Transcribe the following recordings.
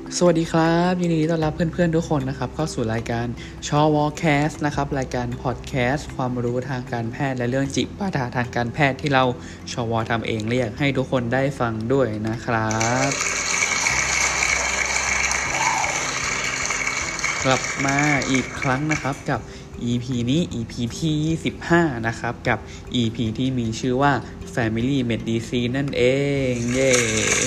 สวัสดีครับยินดีต้อนรับเพื่อนๆทุกคนนะครับเข้าสู่รายการชอวอแคสนะครับรายการพอดแคสต์ความรู้ทางการแพทย์และเรื่องจิปาถะทางการแพทย์ที่เราชอวอทำเองเรียกให้ทุกคนได้ฟังด้วยนะครับกลับมาอีกครั้งนะครับกับ EP นี้ EP ที่15นะครับกับ EP ที่มีชื่อว่า Family Medicine นั่นเองเย้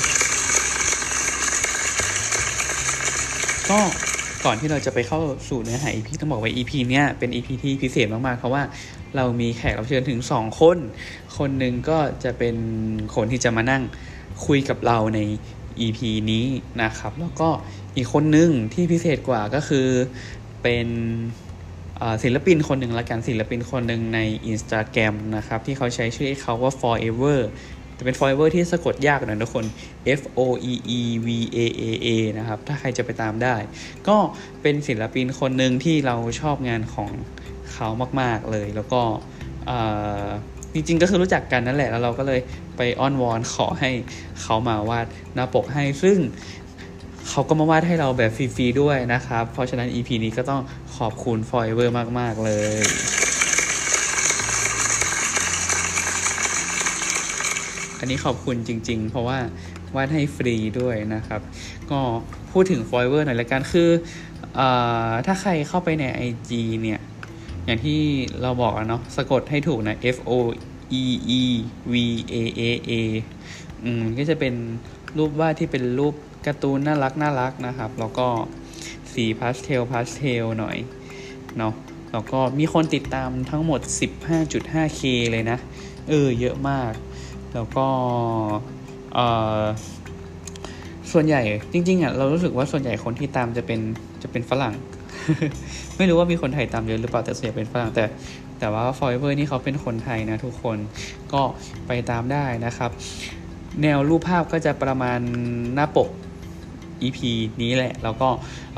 ก็ก่อนที่เราจะไปเข้าสู่เนื้อหา EP ต้องบอกว่า EP เนี้ยเป็น EP ที่พิเศษมากๆเพราะว่าเรามีแขกรับเชิญถึง2คนหนึ่งก็จะเป็นคนที่จะมานั่งคุยกับเราใน EP นี้นะครับแล้วก็อีกคนหนึ่งที่พิเศษกว่าก็คือเป็นศิลปินคนหนึ่งละกันศิลปินคนหนึ่งใน Instagram นะครับที่เขาใช้ชื่อเขาว่า Forever แต่เป็น Forever ที่สะกดยากหน่อยทุกคน FOEEVAAA นะครับถ้าใครจะไปตามได้ก็เป็นศิลปินคนหนึ่งที่เราชอบงานของเขามากๆเลยแล้วก็จริงๆก็คือรู้จักกันนั่นแหละแล้วเราก็เลยไปอ้อนวอนขอให้เขามาวาดหน้าปกให้ซึ่งเขาก็มาวาดให้เราแบบฟรีๆด้วยนะครับเพราะฉะนั้น EP นี้ก็ต้องขอบคุณ Forever มากๆเลยอันนี้ขอบคุณจริงๆเพราะว่าวาดให้ฟรีด้วยนะครับก็พูดถึง Forever หน่อยละกันคือถ้าใครเข้าไปใน IG เนี่ยอย่างที่เราบอกเนาะสะกดให้ถูกนะ FOEEVAAA ก็จะเป็นรูปวาดที่เป็นรูปการ์ตูนน่ารักนะครับแล้วก็สีพาสเทลหน่อยเนาะแล้วก็มีคนติดตามทั้งหมด 15.5K เลยนะเยอะมากแล้วก็ส่วนใหญ่จริงๆเรารู้สึกว่าส่วนใหญ่คนที่ตามจะเป็นฝรั่ง ไม่รู้ว่ามีคนไทยตามเยอะหรือเปล่าแต่ส่วนใหญ่เป็นฝรั่งแต่ว่า Forever นี่เขาเป็นคนไทยนะทุกคนก็ไปตามได้นะครับแนวรูปภาพก็จะประมาณหน้าปก EP นี้แหละแล้วก็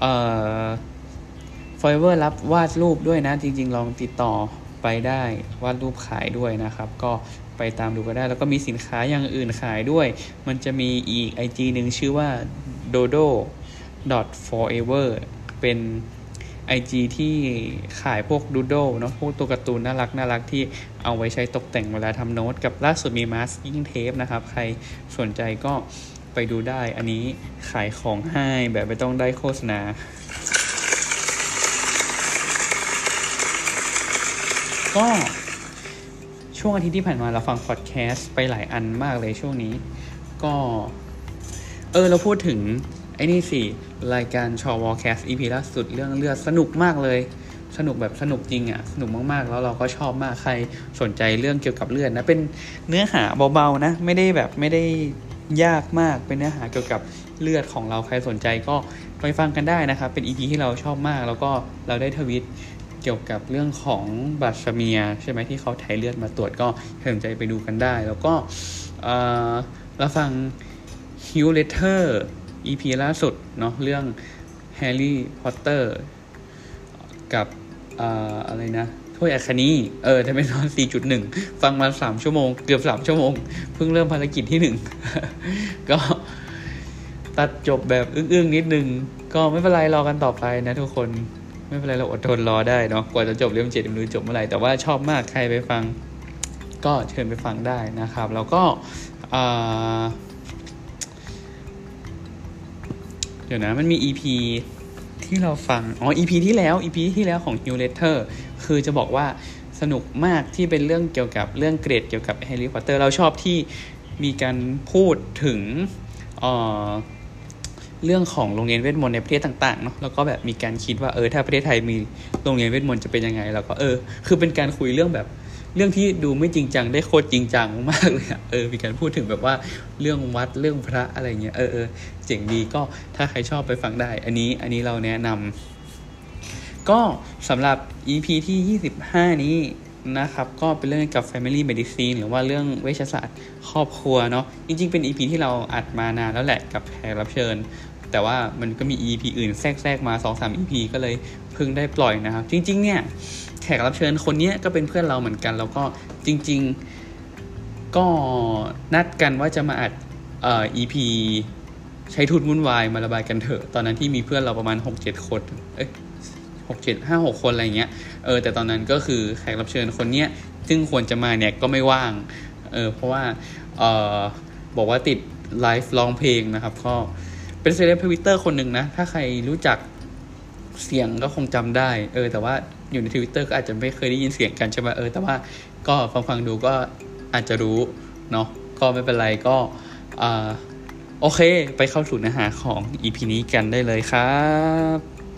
Forever รับวาดรูปด้วยนะจริงๆลองติดต่อไปได้วาดรูปขายด้วยนะครับก็ไปตามดูก็ได้แล้วก็มีสินค้าอย่างอื่นขายด้วยมันจะมีอีก IG นึงชื่อว่า dodo.forever เป็น IG ที่ขายพวกดูโดเนาะพวกตัวการ์ตูนน่ารักที่เอาไว้ใช้ตกแต่งเวลาทำโน้ตกับล่าสุดมีมาสกิ้งเทปนะครับใครสนใจก็ไปดูได้อันนี้ขายของให้แบบไม่ต้องได้โฆษณาก็ช่วงอาทิตย์ที่ผ่านมาเราฟังพอดแคสต์ไปหลายอันมากเลยช่วงนี้ก็เราพูดถึงไอ้นี่สิรายการชอวอแคสต์ EP ล่าสุดเรื่องเลือดสนุกมากเลยสนุกแบบสนุกจริงสนุกมากๆแล้วเราก็ชอบมากใครสนใจเรื่องเกี่ยวกับเลือดนะเป็นเนื้อหาเบาๆนะไม่ได้ยากมากเป็นเนื้อหาเกี่ยวกับเลือดของเราใครสนใจก็ไปฟังกันได้นะครับเป็น EP ที่เราชอบมากแล้วก็เราได้ทวิตเกี่ยวกับเรื่องของบาสเมียใช่ไหมที่เขาถ่ายเลือดมาตรวจก็สนใจไปดูกันได้แล้วก็เราฟัง Hugh Letter EP ล่าสุดเนาะเรื่อง Harry Potter กับอะไรนะถ้วยอัคนีจะเป็นตอน 4.1 ฟังมา3ชั่วโมงเกือบ3ชั่วโมงเพิ่งเริ่มภารกิจที่1 ก็ตัดจบแบบอึ้งๆนิดนึงก็ไม่เป็นไรรอกันต่อไปนะทุกคนไม่เป็นไรเราอดทนรอได้เนาะกว่าจะจบเล่ม7ไม่รู้จบเมื่อไหร่แต่ว่าชอบมากใครไปฟังก็เชิญไปฟังได้นะครับแล้วก็เดี๋ยวนะมันมี EP ที่เราฟังEP ที่แล้วของ Hugh Letter คือจะบอกว่าสนุกมากที่เป็นเรื่องเกี่ยวกับเรื่องเกรดเกี่ยวกับ Harry Potter เราชอบที่มีการพูดถึงเรื่องของโรงเรียนเวทมนต์ในประเทศต่างๆเนาะแล้วก็แบบมีการคิดว่าถ้าประเทศไทยมีโรงเรียนเวทมนต์จะเป็นยังไงแล้วก็คือเป็นการคุยเรื่องแบบเรื่องที่ดูไม่จริงจังได้โคตรจริงจังมากเลยมีการพูดถึงแบบว่าเรื่องวัดเรื่องพระอะไรเงี้ยเจ๋งดีก็ถ้าใครชอบไปฟังได้อันนี้เราแนะนำก็สำหรับ EP ที่25นี้นะครับก็เป็นเรื่องกับ Family Medicine หรือว่าเรื่องเวชศาสตร์ครอบครัวเนาะจริงๆเป็น EP ที่เราอัดมานานแล้วแหละกับแขกรับเชิญแต่ว่ามันก็มี EP อื่นแทรกมา 2-3 EP ก็เลยเพิ่งได้ปล่อยนะครับจริงๆเนี่ยแขกรับเชิญคนนี้ก็เป็นเพื่อนเราเหมือนกันแล้วก็จริงๆก็นัดกันว่าจะมาอัดEP ใช้ทุนวุ่นวายมาระบายกันเถอะตอนนั้นที่มีเพื่อนเราประมาณ 6-7 คน6-7-5-6 คนอะไรเงี้ยแต่ตอนนั้นก็คือแขกรับเชิญคนเนี้ยซึ่งควรจะมาเนี่ยก็ไม่ว่างเพราะว่าบอกว่าติดไลฟ์ร้องเพลงนะครับก็เป็นเซเลบทวิตเตอร์คนหนึ่งนะถ้าใครรู้จักเสียงก็คงจำได้แต่ว่าอยู่ใน Twitter ก็อาจจะไม่เคยได้ยินเสียงกันใช่ไหมแต่ว่าก็ฟังดูก็อาจจะรู้เนาะก็ไม่เป็นไรก็โอเคไปเข้าสู่เนื้อหาของ EP นี้กันได้เลยครับ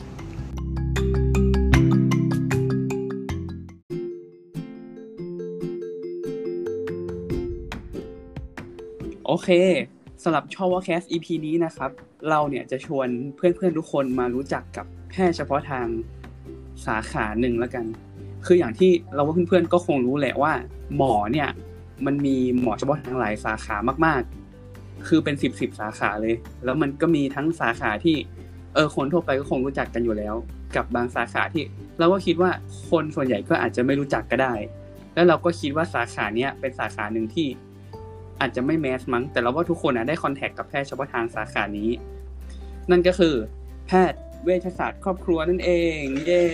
โอเคสำหรับชอวแคส EP นี้นะครับเราเนี่ยจะชวนเพื่อนๆทุกคนมารู้จักกับแพทย์เฉพาะทางสาขาหนึ่งแล้วกันคืออย่างที่เราว่าเพื่อนๆก็คงรู้แหละว่าหมอเนี่ยมันมีหมอเฉพาะทางหลายสาขามากๆคือเป็น10สาขาเลยแล้วมันก็มีทั้งสาขาที่คนทั่วไปก็คงรู้จักกันอยู่แล้วกับบางสาขาที่เราก็คิดว่าคนส่วนใหญ่ก็อาจจะไม่รู้จักก็ได้แล้วเราก็คิดว่าสาขาเนี้ยเป็นสาขาหนึ่งที่อาจจะไม่แมสมั้งแต่เราว่าทุกคนได้คอนแทคกับแพทย์เฉพาะทางสาขานี้นั่นก็คือแพทย์เวชศาสตร์ครอบครัวนั่นเองเย้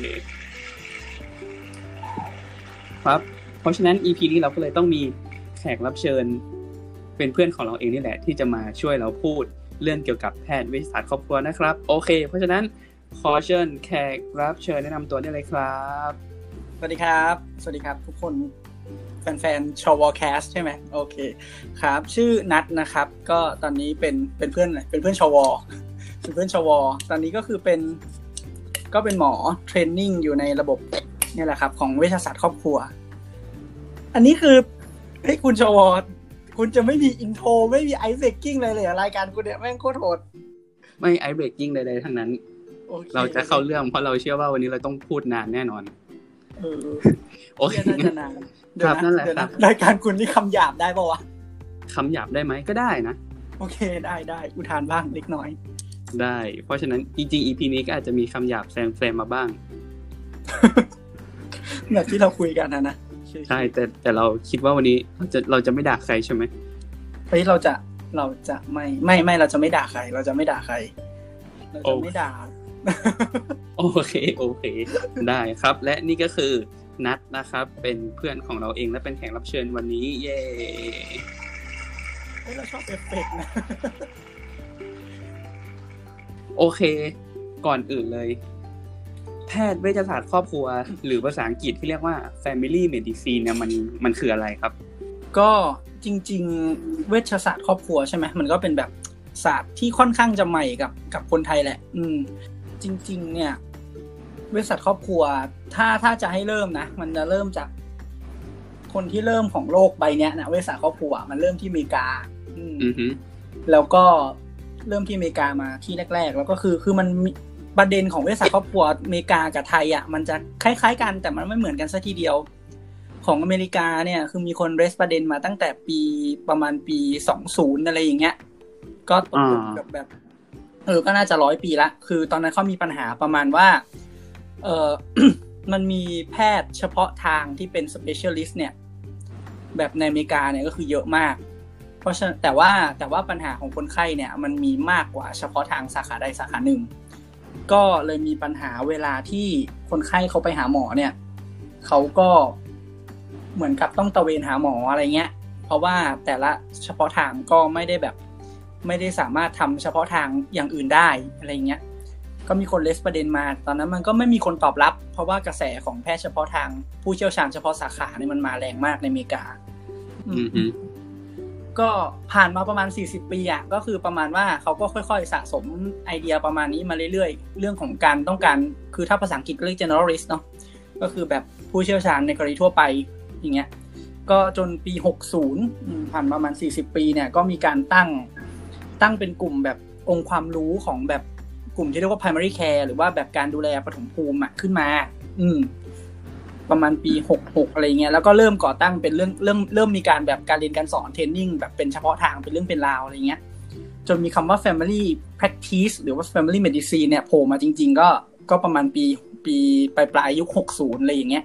ครับเพราะฉะนั้น EP นี้เราก็เลยต้องมีแขกรับเชิญเป็นเพื่อนของเราเองนี่แหละที่จะมาช่วยเราพูดเรื่องเกี่ยวกับแพทย์เวชศาสตร์ครอบครัวนะครับโอเคเพราะฉะนั้นขอเชิญแขกรับเชิญแนะนำตัวได้เลยครับสวัสดีครับทุกคนแฟนๆชวแคสใช่ไหมโอเคครับชื่อนัทนะครับก็ตอนนี้เป็นเพื่อนชวเป็นเพื่อนชวตอนนี้ก็คือเป็นหมอเทรนนิ่งอยู่ในระบบนี่แหละครับของเวชศาสตร์ครอบครัวอันนี้คือให้คุณชวคุณจะไม่มีอินโทรไม่มีไอซ์เบรกกิ้งเลยรายการคุณเนี่ยแม่งโคตรโหดไม่ไอซ์เบรกกิ้งใดๆทั้งนั้น okay. เราจะเข้าเรื่องเพราะเราเชื่อว่าวันนี้เราต้องพูดนานแน่นอนโอเคน่าจะนานครับนั่นแหละครับรายการคุณนี่คำหยาบได้ป่าววะคำหยาบได้ไหมก็ได้นะโอเคได้อุทานบ้างเล็กน้อยได้เพราะฉะนั้นจริงๆ EP นี้ก็อาจจะมีคำหยาบแซมมาบ้างแบบที่เราคุยกันนะใช่แต่เราคิดว่าวันนี้เราจะไม่ด่าใครใช่ไหมเราจะไม่เราจะไม่ด่าใครเราจะไม่ด่าโอเคได้ครับและนี่ก็คือนัทนะครับเป็นเพื่อนของเราเองและเป็นแขกรับเชิญวันนี้เย้เราชอบเอฟเฟกต์นะโอเคก่อนอื่นเลยแพทย์เวชศาสตร์ครอบครัวหรือภาษาอังกฤษที่เรียกว่า Family Medicine เนี่ยมันคืออะไรครับก็จริงๆเวชศาสตร์ครอบครัวใช่ไหมมันก็เป็นแบบศาสตร์ที่ค่อนข้างจะใหม่กับคนไทยแหละจริงๆเนี่ยเวชศาสตร์ครอบครัวถ้าจะให้เริ่มนะมันจะเริ่มจากคนที่เริ่มของโลกใบเนี้ยนะเวชศาสตร์ครอบครัวมันเริ่มที่อเมริกาแล้วก็เริ่มที่อเมริกามาที่แรกๆแล้วก็คือมันประเด็นของเวชศาสตร์ครอบครัวอเมริกากับไทยอ่ะมันจะคล้ายๆกันแต่มันไม่เหมือนกันซะทีเดียวของอเมริกาเนี่ยคือมีคนเรสประเด็นมาตั้งแต่ประมาณปี20อะไรอย่างเงี้ยก็ตกแบบก็น่าจะ100 ปีละคือตอนนั้นเขามีปัญหาประมาณว่ามันมีแพทย์เฉพาะทางที่เป็น specialist เนี่ยแบบในอเมริกาเนี่ยก็คือเยอะมากเพราะฉะนั้นแต่ว่าปัญหาของคนไข้เนี่ยมันมีมากกว่าเฉพาะทางสาขาใดสาขาหนึ่งก็เลยมีปัญหาเวลาที่คนไข้เขาไปหาหมอเนี่ยเขาก็เหมือนกับต้องตระเวนหาหมออะไรเงี้ยเพราะว่าแต่ละเฉพาะทางก็ไม่ได้สามารถทำเฉพาะทางอย่างอื่นได้อะไรเงี้ยก็มีคนเลสประเด็นมาตอนนั้นมันก็ไม่มีคนตอบรับเพราะว่ากระแสของแพทย์เฉพาะทางผู้เชี่ยวชาญเฉพาะสาขาเนี่ยมันมาแรงมากในอเมริกาก็ผ่านมาประมาณ40 ปีอ่ะก็คือประมาณว่าเขาก็ค่อยๆสะสมไอเดียประมาณนี้มาเรื่อยๆเรื่องของการต้องการคือถ้าภาษาอังกฤษเรียก generalist เนาะก็คือแบบผู้เชี่ยวชาญในกรณีทั่วไปอย่างเงี้ยก็จนปี60ผ่านประมาณ40 ปีเนี่ยก็มีการตั้งเป็นกลุ่มแบบองค์ความรู้ของแบบกลุ่มที่เรียกว่า primary care หรือว่าแบบการดูแลปฐมภูมิขึ้นมาประมาณปี66อะไรเงี้ยแล้วก็เริ่มก่อตั้งเป็นเริ่มมีการแบบการเรียนการสอนเทรนนิ่งแบบเป็นเฉพาะทางเป็นเรื่องเป็นราวอะไรเงี้ยจนมีคำว่า family practice หรือว่า family medicine เนี่ยโผล่มาจริงๆก็ประมาณปีปลายยุค60อะไรอย่างเงี้ย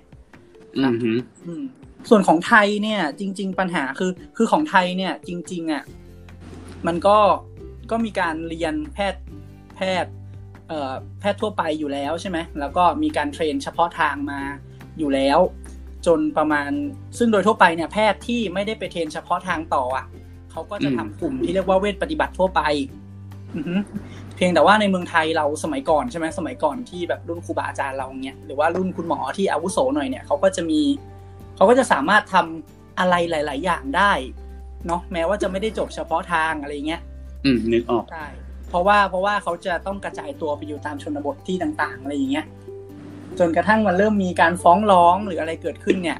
ส่วนของไทยเนี่ยจริงๆปัญหาคือของไทยเนี่ยจริงๆอ่ะมันก็ก็มีการเรียนแพทย์แพทย์ทั่วไปอยู่แล้วใช่ไหมแล้วก็มีการเทรนเฉพาะทางมาอยู่แล้วจนประมาณซึ่งโดยทั่วไปเนี่ยแพทย์ที่ไม่ได้ไปเทรนเฉพาะทางต่ออ่ะเขาก็จะทำกลุ่มที่เรียกว่าเวชปฏิบัติทั่วไปเพียงแต่ว่าในเมืองไทยเราสมัยก่อนใช่ไหมสมัยก่อนที่แบบรุ่นครูบาอาจารย์เราเนี่ยหรือว่ารุ่นคุณหมอที่อาวุโสหน่อยเนี่ยเขาก็จะสามารถทำอะไรหลายๆอย่างได้เนาะแม้ว่าจะไม่ได้จบเฉพาะทางอะไรเงี้ยนึกออกใช่เพราะว่าเขาจะต้องกระจายตัวไปอยู่ตามชนบทที่ต่างๆอะไรอย่างเงี้ยจนกระทั่งมันเริ่มมีการฟ้องร้องหรืออะไรเกิดขึ้นเนี่ย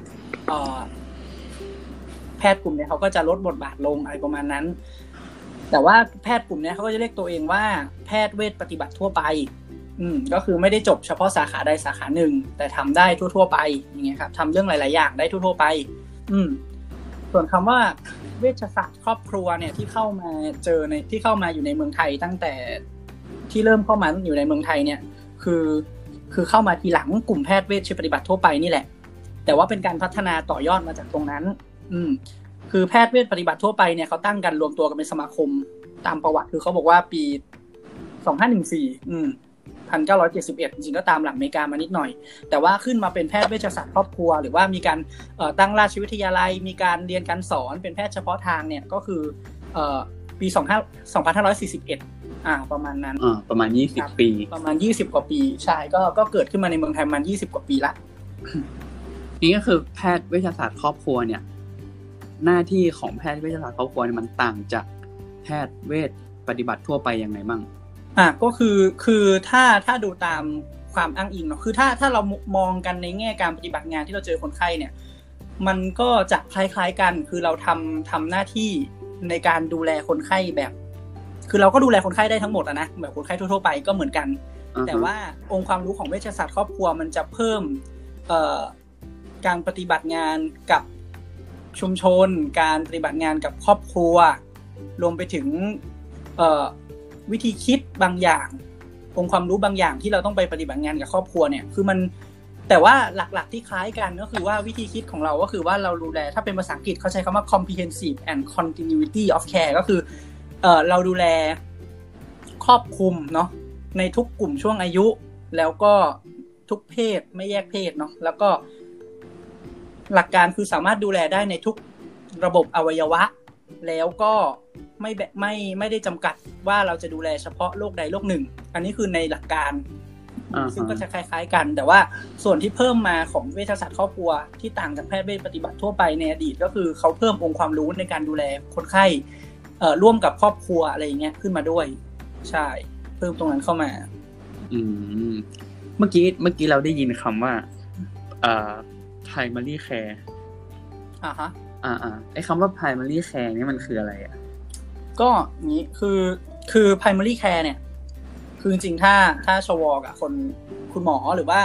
แพทย์กลุ่มเนี่ยเขาก็จะลดบทบาทลงอะไรประมาณนั้นแต่ว่าแพทย์กลุ่มนี้เขาก็จะเรียกตัวเองว่าแพทย์เวชปฏิบัติทั่วไปก็คือไม่ได้จบเฉพาะสาขาใดสาขาหนึ่งแต่ทำได้ทั่วๆไปอย่างเงี้ยครับทำเรื่องหลายๆอย่างได้ทั่วๆไปส่วนคำว่าเวชศาสตร์ครอบครัวเนี่ยที่เข้ามาอยู่ในเมืองไทยตั้งแต่ที่เริ่มเข้ามาอยู่ในเมืองไทยเนี่ยคือเข้ามาทีหลังกลุ่มแพทย์เวชปฏิบัติทั่วไปนี่แหละแต่ว่าเป็นการพัฒนาต่อยอดมาจากตรงนั้นคือแพทย์เวชปฏิบัติทั่วไปเนี่ยเขาตั้งกันรวมตัวกันเป็นสมาคมตามประวัติคือเขาบอกว่าปี2514 1971จริงๆก็ตามหลังอเมริกามานิดหน่อยแต่ว่าขึ้นมาเป็นแพทย์เวชศาสตร์ครอบครัวหรือว่ามีการตั้งราชวิทยาลัยมีการเรียนการสอนเป็นแพทย์เฉพาะทางเนี่ยก็คือปี2541ประมาณนั้นประมาณ20ปีประมาณ20กว่าปีใช่ก็เกิดขึ้นมาในเมืองไทยประมาณ20กว่าปีละนี่ก็คือแพทย์เวชศาสตร์ครอบครัวเนี่ยหน้าที่ของแพทย์เวชศาสตร์ครอบครัวมันต่างจากแพทย์เวชปฏิบัติทั่วไปยังไงมั่งก็คือถ้าดูตามความอ้างอิงเนาะคือถ้าเรามองกันในแง่การปฏิบัติงานที่เราเจอคนไข้เนี่ยมันก็จะคล้ายๆกันคือเราทำหน้าที่ในการดูแลคนไข้แบบคือเราก็ดูแลคนไข้ได้ทั้งหมดนะแบบคนไข้ทั่วๆไปก็เหมือนกันแต่ว่าองค์ความรู้ของเวชศาสตร์ครอบครัวมันจะเพิ่มการปฏิบัติงานกับชุมชนการปฏิบัติงานกับครอบครัวรวมไปถึงวิธีคิดบางอย่างองค์ความรู้บางอย่างที่เราต้องไปปฏิบัติงานกับครอบครัวเนี่ยคือมันแต่ว่าหลักๆที่คล้ายกันก็คือว่าวิธีคิดของเราก็คือว่าเราดูแลถ้าเป็นภาษาอังกฤษเขาใช้คำว่า comprehensive and continuity of care ก็คือเราดูแลครอบคลุมเนาะในทุกกลุ่มช่วงอายุแล้วก็ทุกเพศไม่แยกเพศเนาะแล้วก็หลักการคือสามารถดูแลได้ในทุกระบบอวัยวะแล้วก็ไม่ได้จำกัดว่าเราจะดูแลเฉพาะโรคใดโรคหนึ่งอันนี้คือในหลักการซึ่งก็จะคล้ายๆกันแต่ว่าส่วนที่เพิ่มมาของเวชศาสตร์ครอบครัวที่ต่างจากแพทย์เวชปฏิบัติทั่วไปในอดีตก็คือเขาเพิ่มองค์ความรู้ในการดูแลคนไข้ร่วมกับครอบครัวอะไรอย่างเงี้ยขึ้นมาด้วยใช่เพิ่มตรงนั้นเข้ามาเมื่อกี้เราได้ยินคำว่าprimary care ไอ้คำว่า primary care นี่มันคืออะไรอ่ะก็นี้คือ primary care เนี่ยคือจริงๆถ้าชวกับคุณหมอหรือว่า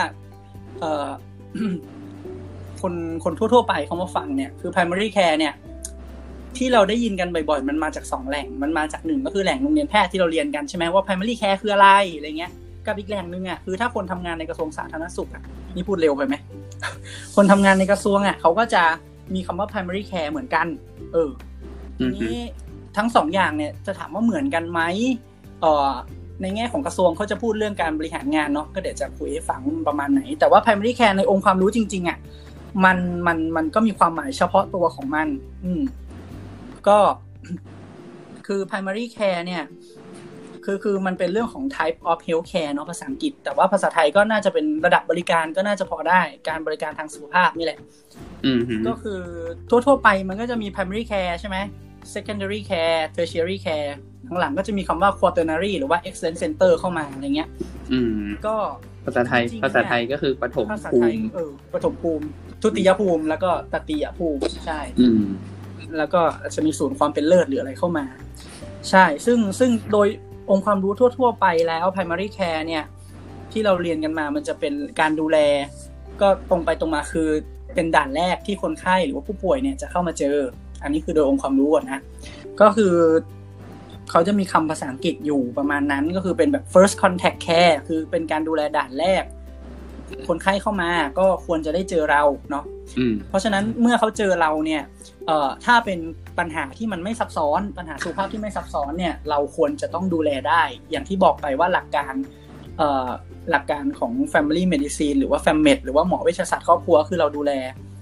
คนทั่วๆไปเขามาฟังเนี่ยคือ primary care เนี่ยที่เราได้ยินกันบ่อยๆมันมาจาก2แหล่งมันมาจาก1ก็คือแหล่งโรงเรียนแพทย์ที่เราเรียนกันใช่ไหมว่า primary care คืออะไรอะไรเงี้ยกับอีกแหล่งนึงอ่ะคือถ้าคนทำงานในกระทรวงสาธารณสุขอ่ะนี่พูดเร็วไปไหม คนทำงานในกระทรวงอ่ะเขาก็จะมีคำว่า primary care เหมือนกันทีนี้ทั้ง2อย่างเนี่ยจะถามว่าเหมือนกันไหมในแง่ของกระทรวงเขาจะพูดเรื่องการบริหารงานเนาะก็เดี๋ยวจะคุยให้ฟังประมาณไหนแต่ว่า primary care ในองค์ความรู้จริงๆอ่ะมันก็มีความหมายเฉพาะตัวของมันก็คือ primary care เนี่ยคือมันเป็นเรื่องของ type of health care เนาะภาษาอังกฤษแต่ว่าภาษาไทยก็น่าจะเป็นระดับบริการก็น่าจะพอได้การบริการทางสุขภาพนี่แหละก็คือทั่วๆไปมันก็จะมี primary care ใช่ไหม secondary care tertiary care ข้างหลังก็จะมีคำว่า quaternary หรือว่า excellence center เข้ามาอะไรเงี้ยก็ภาษาไทยก็คือปฐมภูมิปฐมภูมิทุติยภูมิแล้วก็ตติยภูมิใช่แล้วก็จะมีศูนย์ความเป็นเลิศหรืออะไรเข้ามาใช่ซึ่งโดยองค์ความรู้ทั่วๆไปแล้ว primary care เนี่ยที่เราเรียนกันมามันจะเป็นการดูแลก็ตรงไปตรงมาคือเป็นด่านแรกที่คนไข้หรือว่าผู้ป่วยเนี่ยจะเข้ามาเจออันนี้คือโดยองค์ความรู้ก่อนนะก็คือเขาจะมีคำภาษาอังกฤษอยู่ประมาณนั้นก็คือเป็นแบบ first contact care คือเป็นการดูแลด่านแรกคนไข้เข้ามาก็ควรจะได้เจอเราเนาะเพราะฉะนั้นเมื่อเขาเจอเราเนี่ยถ้าเป็นไปปัญหาที่มันไม่ซับซ้อนปัญหาสุขภาพที่ไม่ซับซ้อนเนี่ยเราควรจะต้องดูแลได้อย่างที่บอกไปว่าหลักการของ Family Medicine หรือว่า FamMed หรือว่าหมอเวชศาสตร์ครอบครัวคือเราดูแล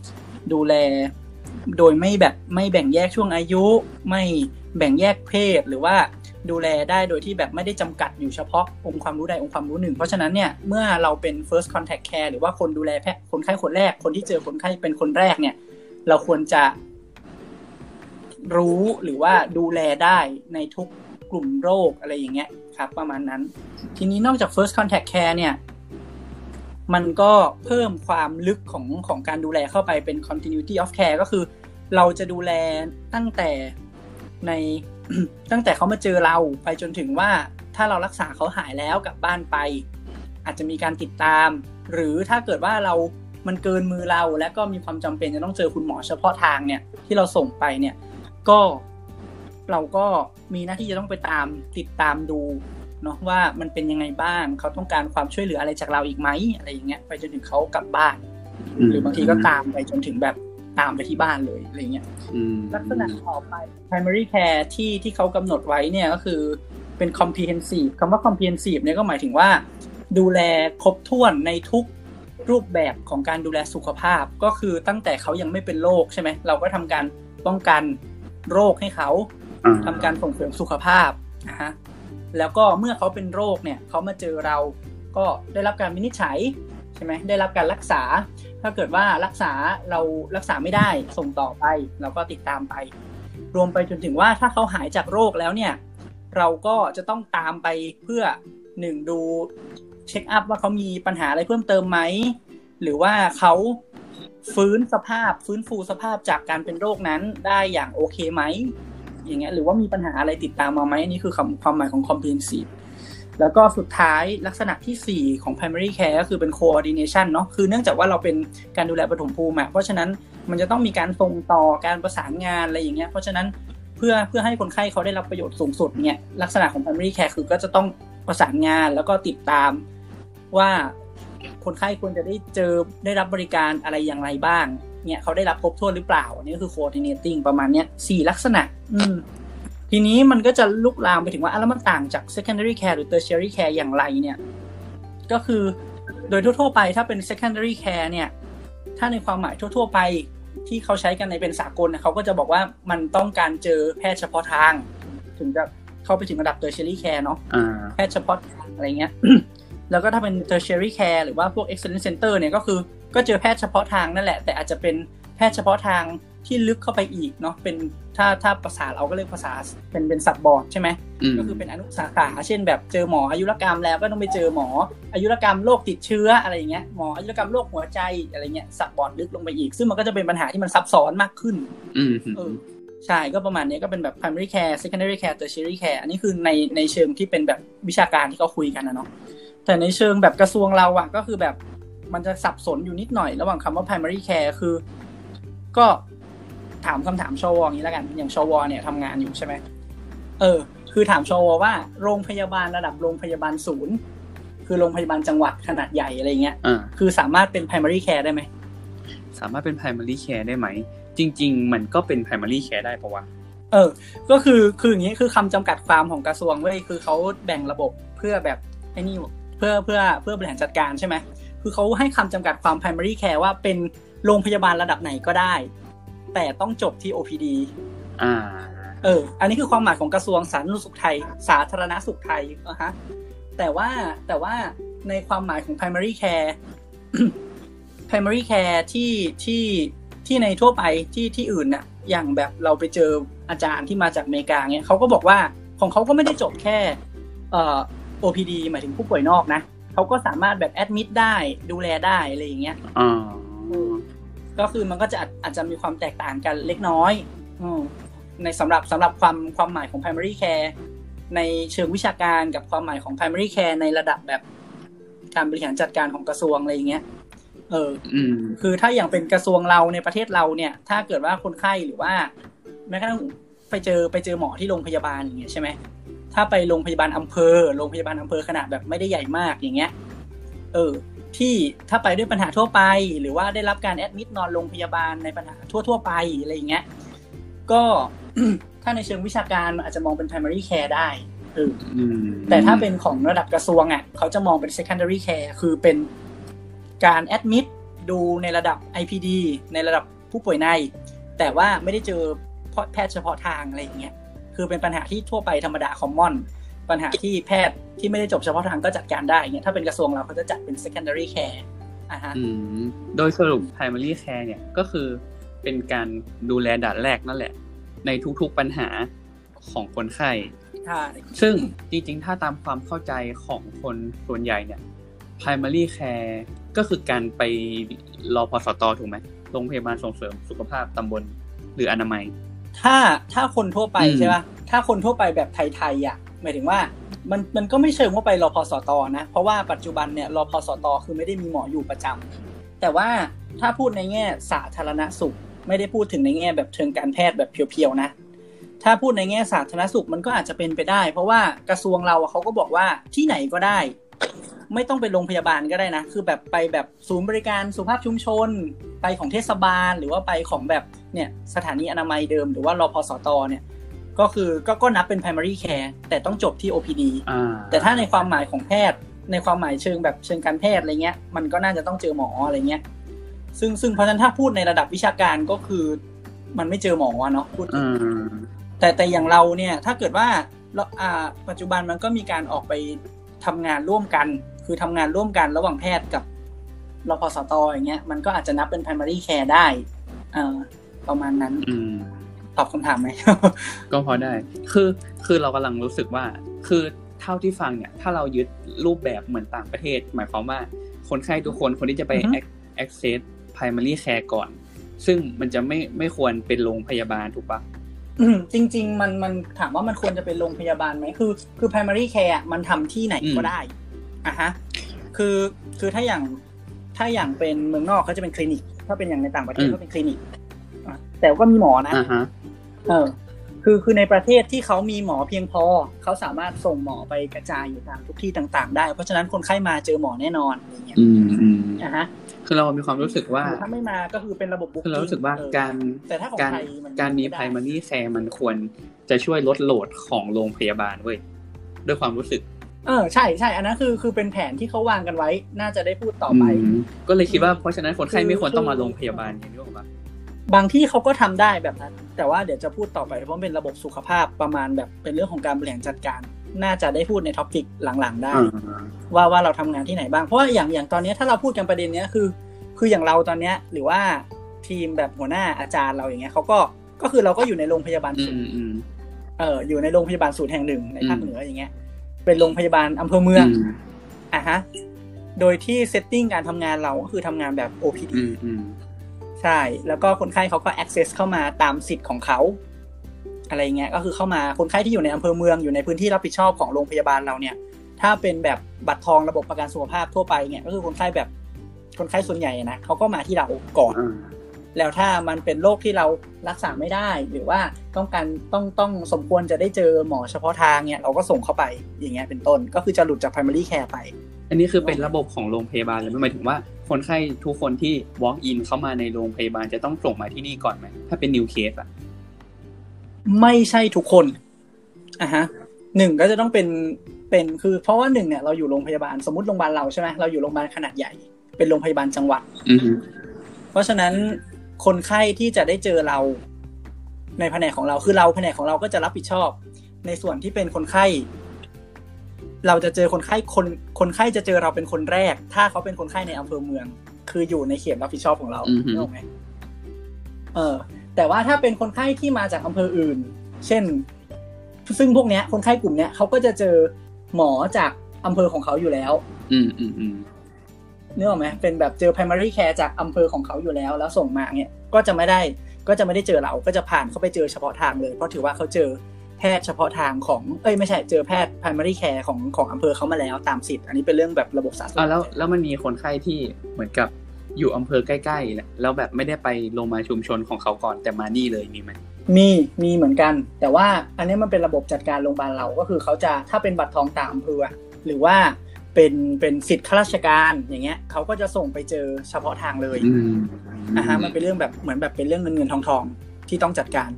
โดยไม่แบ่งแยกช่วงอายุไม่แบ่งแยกเพศหรือว่าดูแลได้โดยที่แบบไม่ได้จำกัดอยู่เฉพาะองค์ความรู้ใดองค์ความรู้หนึ่งเพราะฉะนั้นเนี่ยเมื่อเราเป็น first contact care หรือว่าคนดูแลคนไข้คนแรกคนที่เจอคนไข้เป็นคนแรกเนี่ยเราควรจะรู้หรือว่าดูแลได้ในทุกกลุ่มโรคอะไรอย่างเงี้ยครับประมาณนั้นทีนี้นอกจาก first contact care เนี่ยมันก็เพิ่มความลึกของการดูแลเข้าไปเป็น continuity of care ก็คือเราจะดูแลตั้งแต่เขามาเจอเราไปจนถึงว่าถ้าเรารักษาเขาหายแล้วกลับบ้านไปอาจจะมีการติดตามหรือถ้าเกิดว่ามันเกินมือเราและก็มีความจำเป็นจะต้องเจอคุณหมอเฉพาะทางเนี่ยที่เราส่งไปเนี่ยก็เราก็มีหน้าที่จะต้องไปติดตามดูเนาะว่ามันเป็นยังไงบ้างเขาต้องการความช่วยเหลืออะไรจากเราอีกไหมอะไรอย่างเงี้ยไปจนถึงเขากลับบ้านหรือบางทีก็ตามไปจนถึงแบบตามไปที่บ้านเลยอะไรเงี้ยลักษณะต่อไป primary care ที่เขากำหนดไว้เนี่ยก็คือเป็น comprehensive คำว่า comprehensive เนี่ยก็หมายถึงว่าดูแลครบถ้วนในทุกรูปแบบของการดูแลสุขภาพก็คือตั้งแต่เขายังไม่เป็นโรคใช่ไหมเราก็ทำการป้องกันโรคให้เขาทำการส่งเสริมสุขภาพนะฮะแล้วก็เมื่อเขาเป็นโรคเนี่ยเขามาเจอเราก็ได้รับการวินิจฉัยใช่ไหมได้รับการรักษาถ้าเกิดว่าเรารักษาไม่ได้ส่งต่อไปเราก็ติดตามไปรวมไปจนถึงว่าถ้าเขาหายจากโรคแล้วเนี่ยเราก็จะต้องตามไปเพื่อ1ดูเช็คอัพว่าเขามีปัญหาอะไรเพิ่มเติมไหมหรือว่าเขาฟื้นฟูสภาพจากการเป็นโรคนั้นได้อย่างโอเคไหมอย่างเงี้ยหรือว่ามีปัญหาอะไรติดตามมาไหมนี่คือความหมายของ comprehensive แล้วก็สุดท้ายลักษณะที่4ของ primary care ก็คือเป็น coordination เนาะคือเนื่องจากว่าเราเป็นการดูแลปฐมภูมิเพราะฉะนั้นมันจะต้องมีการส่งต่อการประสานงานอะไรอย่างเงี้ยเพราะฉะนั้นเพื่อให้คนไข้เขาได้รับประโยชน์สูงสุดเนี่ยลักษณะของ primary care คือก็จะต้องประสานงานแล้วก็ติดตามว่าคนไข้ควรจะได้รับบริการอะไรอย่างไรบ้างเนี่ยเขาได้รับครบถ้วนหรือเปล่าอันนี้ก็คือ coordinating ประมาณเนี้ย4ลักษณะทีนี้มันก็จะลุกลามไปถึงว่าแล้วมันต่างจาก secondary care หรือ tertiary care อย่างไรเนี่ยก็คือโดยทั่วๆไปถ้าเป็น secondary care เนี่ยถ้าในความหมายทั่วๆไปที่เขาใช้กันในเป็นสากลเขาก็จะบอกว่ามันต้องการเจอแพทย์เฉพาะทางถึงจะเข้าไปถึงระดับ tertiary care เนาะแพทย์เฉพาะทางอะไรเงี้ย แล้วก็ถ้าเป็น tertiary care หรือว่าพวก excellence center เนี่ยก็คือก็เจอแพทย์เฉพาะทางนั่นแหละแต่อาจจะเป็นแพทย์เฉพาะทางที่ลึกเข้าไปอีกเนาะเป็นถ้าภาษาเราก็เรียกภาษาเป็นซับบอร์ดใช่ไหมก็คือเป็นอนุสาขาเช่นแบบเจอหมออายุรกรรมแล้วก็ต้องไปเจอหมออายุรกรรมโรคติดเชื้ออะไรอย่างเงี้ยหมออายุรกรรมโรคหัวใจอะไรเงี้ยซับบอร์ดลึกลงไปอีกซึ่งมันก็จะเป็นปัญหาที่มันซับซ้อนมากขึ้นใช่ก็ประมาณนี้ก็เป็นแบบ primary care secondary care tertiary care อันนี้คือในเชิงที่เป็นแบบวิชาการที่เขาคุยกันนะเนาะแต่ในเชิงแบบกระทรวงเราอะก็คือแบบมันจะสับสนอยู่นิดหน่อยระหว่างคำว่า primary care คือก็ถามคำถามชวอย่างนี้แล้วกันอย่างชวเนี่ยทำงานอยู่ใช่ไหมคือถามชวว่าโรงพยาบาลระดับโรงพยาบาลศูนย์คือโรงพยาบาลจังหวัดขนาดใหญ่อะไรเงี้ยคือสามารถเป็น primary care ได้ไหมสามารถเป็น primary care ได้ไหมจริงๆมันก็เป็น primary care ได้ปะวะก็คืออย่างนี้คือคำจำกัดความของกระทรวงเว้ยคือเขาแบ่งระบบเพื่อแบบไอ้นี่เพื่อบริหารจัดการใช่ไหมคือเขาให้คำจำกัดความ primary care ว่าเป็นโรงพยาบาลระดับไหนก็ได้แต่ต้องจบที่ OPD อันนี้คือความหมายของกระทรวงสาธารณสุขไทยฮะแต่ว่าในความหมายของ primary care primary care ที่ในทั่วไปที่อื่นน่ะอย่างแบบเราไปเจออาจารย์ที่มาจากอเมริกาเนี่ยเขาก็บอกว่าของเขาก็ไม่ได้จบแค่OPD หมายถึงผู้ป่วยนอกนะเขาก็สามารถแบบแอดมิดได้ดูแลได้อะไรอย่างเงี้ยก็คือมันก็จะอาจจะมีความแตกต่างกันเล็กน้อยในสำหรับความหมายของ primary care ในเชิงวิชาการกับความหมายของ primary care ในระดับแบบการบริหารจัดการของกระทรวงอะไรอย่างเงี้ยคือถ้าอย่างเป็นกระทรวงเราในประเทศเราเนี่ยถ้าเกิดว่าคนไข้หรือว่าแม้กระทั่งไปเจอหมอที่โรงพยาบาลอย่างเงี้ยใช่ไหมถ้าไปโรงพยาบาลอำเภอขนาดแบบไม่ได้ใหญ่มากอย่างเงี้ยที่ถ้าไปด้วยปัญหาทั่วไปหรือว่าได้รับการแอดมิดนอนโรงพยาบาลในปัญหาทั่วไปอะไรอย่างเงี้ยก็ถ้าในเชิงวิชาการอาจจะมองเป็น primary care ได้แต่ถ้าเป็นของระดับกระทรวงอ่ะเขาจะมองเป็น secondary care คือเป็นการ admit ดูในระดับ IPD ในระดับผู้ป่วยในแต่ว่าไม่ได้เจอแพทย์เฉพาะทางอะไรอย่างเงี้ยคือเป็นปัญหาที่ทั่วไปธรรมดา common ปัญหาที่แพทย์ที่ไม่ได้จบเฉพาะทางก็จัดการได้เงี้ยถ้าเป็นกระทรวงเราเขาจะจัดเป็น secondary care โดยสรุป primary care เนี่ยก็คือเป็นการดูแลด่านแรกนั่นแหละในทุกๆปัญหาของคนไข้ซึ่งจริงๆถ้าตามความเข้าใจของคนส่วนใหญ่เนี่ย primary care ก็คือการไปรพสตถูกไหมโรงพยาบาลส่งเสริมสุขภาพตำบลหรืออนามัยถ้าคนทั่วไปใช่ป่ะถ้าคนทั่วไปแบบไทยๆอ่ะหมายถึงว่ามันก็ไม่เชิงว่าไปรพสตนะเพราะว่าปัจจุบันเนี่ยรพสตคือไม่ได้มีหมออยู่ประจำแต่ว่าถ้าพูดในแง่สาธารณสุขไม่ได้พูดถึงในแง่แบบเชิงการแพทย์แบบเพียวๆนะถ้าพูดในแง่สาธารณสุขมันก็อาจจะเป็นไปได้เพราะว่ากระทรวงเราเขาก็บอกว่าที่ไหนก็ได้ไม่ต้องเป็นโรงพยาบาลก็ได้นะคือแบบไปแบบศูนย์บริการสุขภาพชุมชนไปของเทศบาลหรือว่าไปของแบบเนี่ยสถานีอนามัยเดิมหรือว่ารพสตเนี่ยก็คือก็นับเป็น primary care แต่ต้องจบที่ OPD แต่ถ้าในความหมายของแพทย์ในความหมายเชิงแบบเชิงการแพทย์อะไรเงี้ยมันก็น่าจะต้องเจอหมออะไรเงี้ยซึ่งเพราะฉะนั้นถ้าพูดในระดับวิชาการก็คือมันไม่เจอหมอเนาะพูดแต่อย่างเราเนี่ยถ้าเกิดว่าปัจจุบันมันก็มีการออกไปทำงานร่วมกันคือทำงานร่วมกันระหว่างแพทย์กับรพสตอย่างเงี้ยมันก็อาจจะนับเป็น primary care ได้ประมาณนั้นตอบคำถามไหมก็พอได้คือเรากำลังรู้สึกว่าคือเท่าที่ฟังเนี่ยถ้าเรายึดรูปแบบเหมือนต่างประเทศหมายความว่าคนไข้ทุกคนที่จะไป access primary care ก่อนซึ่งมันจะไม่ควรเป็นโรงพยาบาลถูกปะจริงๆมันถามว่ามันควรจะเป็นโรงพยาบาลไหมคือ primary care มันทำที่ไหนก็ได้คือถ้าอย่างเป็นเมืองนอกเขาจะเป็นคลินิกถ้าเป็นอย่างในต่างประเทศก็เป็นคลินิกแต่ก็มีหมอนะคือในประเทศที่เขามีหมอเพียงพอเขาสามารถส่งหมอไปกระจายอยู่ตามทุกที่ต่างๆได้เพราะฉะนั้นคนไข้มาเจอหมอแน่นอนอะไรเงี้ยคือเรามีความรู้สึกว่าถ้าไม่มาก็คือเป็นระบบบุ๊กคือเรารู้สึกว่าการมี primary care มันควรจะช่วยลดโหลดของโรงพยาบาลเว้ยด้วยความรู้สึกใช่อันนั้นคือเป็นแผนที่เขาวางกันไว้น่าจะได้พูดต่อไปก็เลยคิดว่าเพราะฉะนั้นคนไข้ไม่ควรต้องมาโรงพยาบาลอย่างนี้หรอกป่ะบางที่เขาก็ทำได้แบบนั้นแต่ว่าเดี๋ยวจะพูดต่อไปเพราะเป็นระบบสุขภาพประมาณแบบเป็นเรื่องของการบริหารจัดการน่าจะได้พูดในท็อปิกหลังๆได้ว่าเราทำงานที่ไหนบ้างเพราะว่าอย่างตอนนี้ถ้าเราพูดกันประเด็นนี้คืออย่างเราตอนนี้หรือว่าทีมแบบหัวหน้าอาจารย์เราอย่างเงี้ยเขาก็คือเราก็อยู่ในโรงพยาบาลศูนย์อยู่ในโรงพยาบาลศูนย์แห่งหนึ่งในภาคเหนืออย่างเงี้ยเป็นโรงพยาบาลอำเภอเมืองโดยที่เซตติ้งการทำงานเราก็คือทำงานแบบ OPD ใช่แล้วก็คนไข้เขาก็ access เข้ามาตามสิทธิ์ของเขาอะไรเงี้ยก็คือเข้ามาคนไข้ที่อยู่ในอำเภอเมืองอยู่ในพื้นที่รับผิดชอบของโรงพยาบาลเราเนี่ยถ้าเป็นแบบบัตรทองระบบประกันสุขภาพทั่วไปเนี่ยก็คือคนไข้ส่วนใหญ่นะเขาก็มาที่เราก่อนแล้วถ้ามันเป็นโรคที่เรารักษาไม่ได้หรือว่าต้องสมควรจะได้เจอหมอเฉพาะทางเนี่ยเราก็ส่งเข้าไปอย่างเงี้ยเป็นต้นก็คือจะหลุดจาก primary care ไปอันนี้คือเป็นระบบของโรงพยาบาลเลยหมายถึงว่าคนไข้ทุกคนที่ walk in เข้ามาในโรงพยาบาลจะต้องส่งมาที่นี่ก่อนไหมถ้าเป็น new case อ่ะไม่ใช่ทุกคนหนึ่งก็จะต้องเป็นคือเพราะว่าหนึ่งเนี่ยเราอยู่โรงพยาบาลสมมติโรงพยาบาลเราใช่ไหมเราอยู่โรงพยาบาลขนาดใหญ่เป็นโรงพยาบาลจังหวัดเพราะฉะนั้นคนไข้ที่จะได้เจอเราในแผนกของเราคือแผนกของเราก็จะรับผิดชอบในส่วนที่เป็นคนไข้เราจะเจอคนไข้จะเจอเราเป็นคนแรกถ้าเขาเป็นคนไข้ในอำเภอเมืองคืออยู่ในเขตรับผิดชอบของเราถูกไหมแต่ว่าถ้าเป็นคนไข้ที่มาจากอำเภออื่นเช่นซึ่งพวกเนี้ยคนไข้กลุ่มเนี้ยเขาก็จะเจอหมอจากอำเภอของเขาอยู่แล้วนึกออกไหมเป็นแบบเจอ primary care จากอำเภอของเขาอยู่แล้วส่งมาเนี่ยก็จะไม่ได้เจอเราก็จะผ่านเขาไปเจอเฉพาะทางเลยเพราะถือว่าเขาเจอแพทย์เฉพาะทางของไม่ใช่เจอแพทย์ primary care ของอำเภอเขามาแล้วตามสิทธิ์อันนี้เป็นเรื่องแบบระบบสาธารณสุขแล้วมันมีคนไข้ที่เหมือนกับอยู่อำเภอใกล้ๆแหละแล้วแบบไม่ได้ไปโรงพยาบาลชุมชนของเขาก่อนแต่มานี่เลยมีไหมมีเหมือนกันแต่ว่าอันนี้มันเป็นระบบจัดการโรงพยาบาลเราก็คือเขาจะถ้าเป็นบัตรทองตามอำเภอหรือว่าเป็นสิทธิ์ข้าราชการอย่างเงี้ยเขาก็จะส่งไปเจอเฉพาะทางเลยมันเป็นเรื่องแบบเหมือนแบบเป็นเรื่องเงินทองที่ต้องจัดการ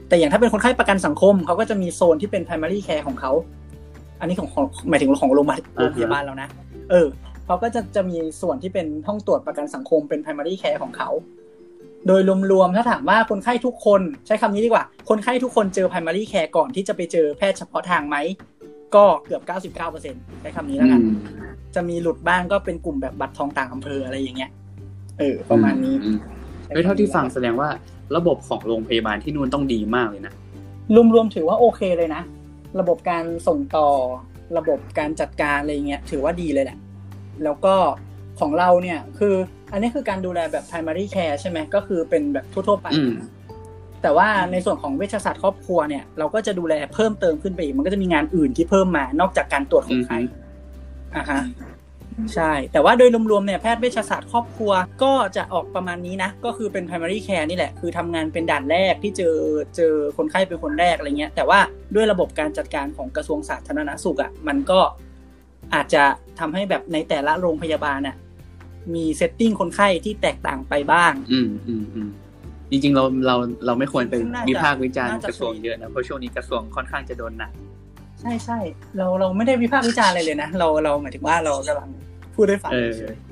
แต่อย่างถ้าเป็นคนไข้ประกันสังคมเขาก็จะมีโซนที่เป็น primary care ของเขาอันนี้ของหมายถึงของโรงพยาบาลแล้วนะเขาก็จะมีส่วนที่เป็นห้องตรวจประกันสังคมเป็น primary care ของเขาโดยรวมๆถ้าถามว่าคนไข้ทุกคนใช้คำนี้ดีกว่าคนไข้ทุกคนเจอ primary care ก่อนที่จะไปเจอแพทย์เฉพาะทางไหมก็เกือบ 99% ใช้คำนี้แล้วกันจะมีหลุดบ้างก็เป็นกลุ่มแบบบัตรทองต่างอำเภออะไรอย่างเงี้ยประมาณนี้เท่าที่ฟังแสดงว่าระบบของโรงพยาบาลที่นู่นต้องดีมากเลยนะรวมๆถือว่าโอเคเลยนะระบบการส่งต่อระบบการจัดการอะไรเงี้ยถือว่าดีเลยแหละแล้วก็ของเราเนี่ยคืออันนี้คือการดูแลแบบ primary care ใช่ไหมก็คือเป็นแบบทั่วๆไปแต่ว่าในส่วนของเวชศาสตร์ครอบครัวเนี่ยเราก็จะดูแลเพิ่มเติมขึ้นไปอีกมันก็จะมีงานอื่นที่เพิ่มมานอกจากการตรวจคนไข้ฮะใช่แต่ว่าโดยรวมๆเนี่ยแพทย์เวชศาสตร์ครอบครัวก็จะออกประมาณนี้นะก็คือเป็น primary care นี่แหละคือทำงานเป็นด่านแรกที่เจอคนไข้เป็นคนแรกอะไรเงี้ยแต่ว่าด้วยระบบการจัดการของกระทรวงสาธารณสุขอ่ะมันก็อาจจะทำให้แบบในแต่ละโรงพยาบาลน่ะมีเซตติ้งคนไข้ที่แตกต่างไปบ้างจริงๆเราไม่ควรไปวิพากษ์วิจารณ์กระทรวงเยอะนะเพราะช่วงนี้กระทรวงค่อนข้างจะโดนหนักใช่เราไม่ได้วิพากษ์วิจารณ์อะไรเลยนะเราหมายถึงว่าเรากำลังพูดให้ฟังเฉย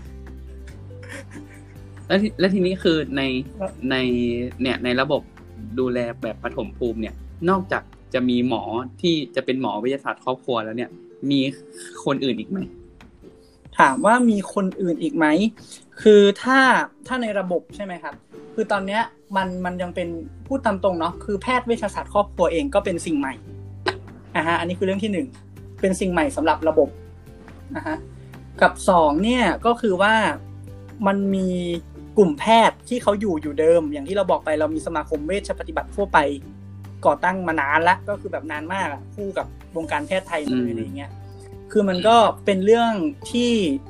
แล้วทีนี้คือในระบบดูแลแบบปฐมภูมิเนี่ยนอกจากจะมีหมอที่จะเป็นหมอวิทยาศาสตร์ครอบครัวแล้วเนี่ยมีคนอื่นอีกไหมถามว่ามีคนอื่นอีกไหมคือถ้าในระบบใช่ไหมครับคือตอนเนี้ยมันยังเป็นพูดตามตรงเนาะคือแพทย์เวชศาสตร์ครอบครัวเองก็เป็นสิ่งใหม่อันนี้คือเรื่องที่1เป็นสิ่งใหม่สำหรับระบบกับ2เนี่ยก็คือว่ามันมีกลุ่มแพทย์ที่เขาอยู่เดิมอย่างที่เราบอกไปเรามีสมาคมเวชปฏิบัติทั่วไปก่อตั้งมานานละก็คือแบบนานมากคู่กับวงการแพทย์ไทยเลยอะไรเงี้ยคือมันก็เป็นเรื่องที่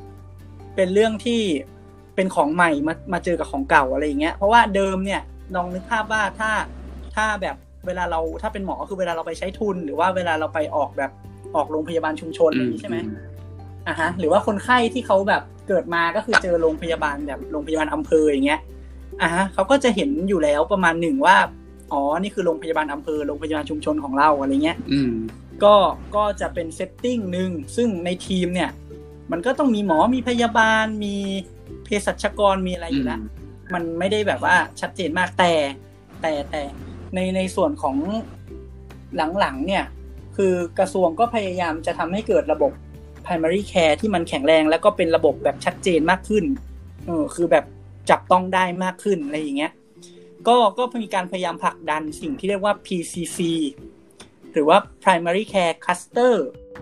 เป็นของใหม่มาเจอกับของเก่าอะไรอย่างเงี้ยเพราะว่าเดิมเนี่ยลองนึกภาพว่าถ้าแบบเวลาเราถ้าเป็นหมอคือเวลาเราไปใช้ทุนหรือว่าเวลาเราไปออกโรงพยาบาลชุมชนอะไรอย่างนี้ใช่ไหมหรือว่าคนไข้ที่เขาแบบเกิดมาก็คือเจอโรงพยาบาลแบบโรงพยาบาลอำเภออย่างเงี้ยเขาก็จะเห็นอยู่แล้วประมาณ1ว่าอ๋อนี่คือโรงพยาบาลอำเภอโรงพยาบาลชุมชนของเราอะไรเงี้ยก็จะเป็นเซตติ้งนึงซึ่งในทีมเนี่ยมันก็ต้องมีหมอมีพยาบาลมีเภสัชกรมีอะไรอยู่แล้วมันไม่ได้แบบว่าชัดเจนมากแต่ในส่วนของหลังๆเนี่ยคือกระทรวงก็พยายามจะทำให้เกิดระบบ primary care ที่มันแข็งแรงแล้วก็เป็นระบบแบบชัดเจนมากขึ้นคือแบบจับต้องได้มากขึ้นอะไรอย่างเงี้ยก็มีการพยายามผลักดันสิ่งที่เรียกว่า PCC หรือว่า primary care cluster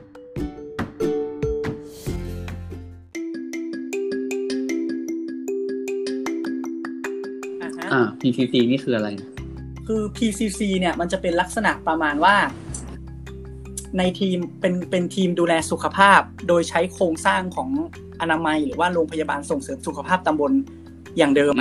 PCC นี่คืออะไรคือ PCC เนี่ยมันจะเป็นลักษณะประมาณว่าในทีมเป็นทีมดูแลสุขภาพโดยใช้โครงสร้างของอนามัยหรือว่าโรงพยาบาลส่งเสริมสุขภาพตำบลอย่างเดิม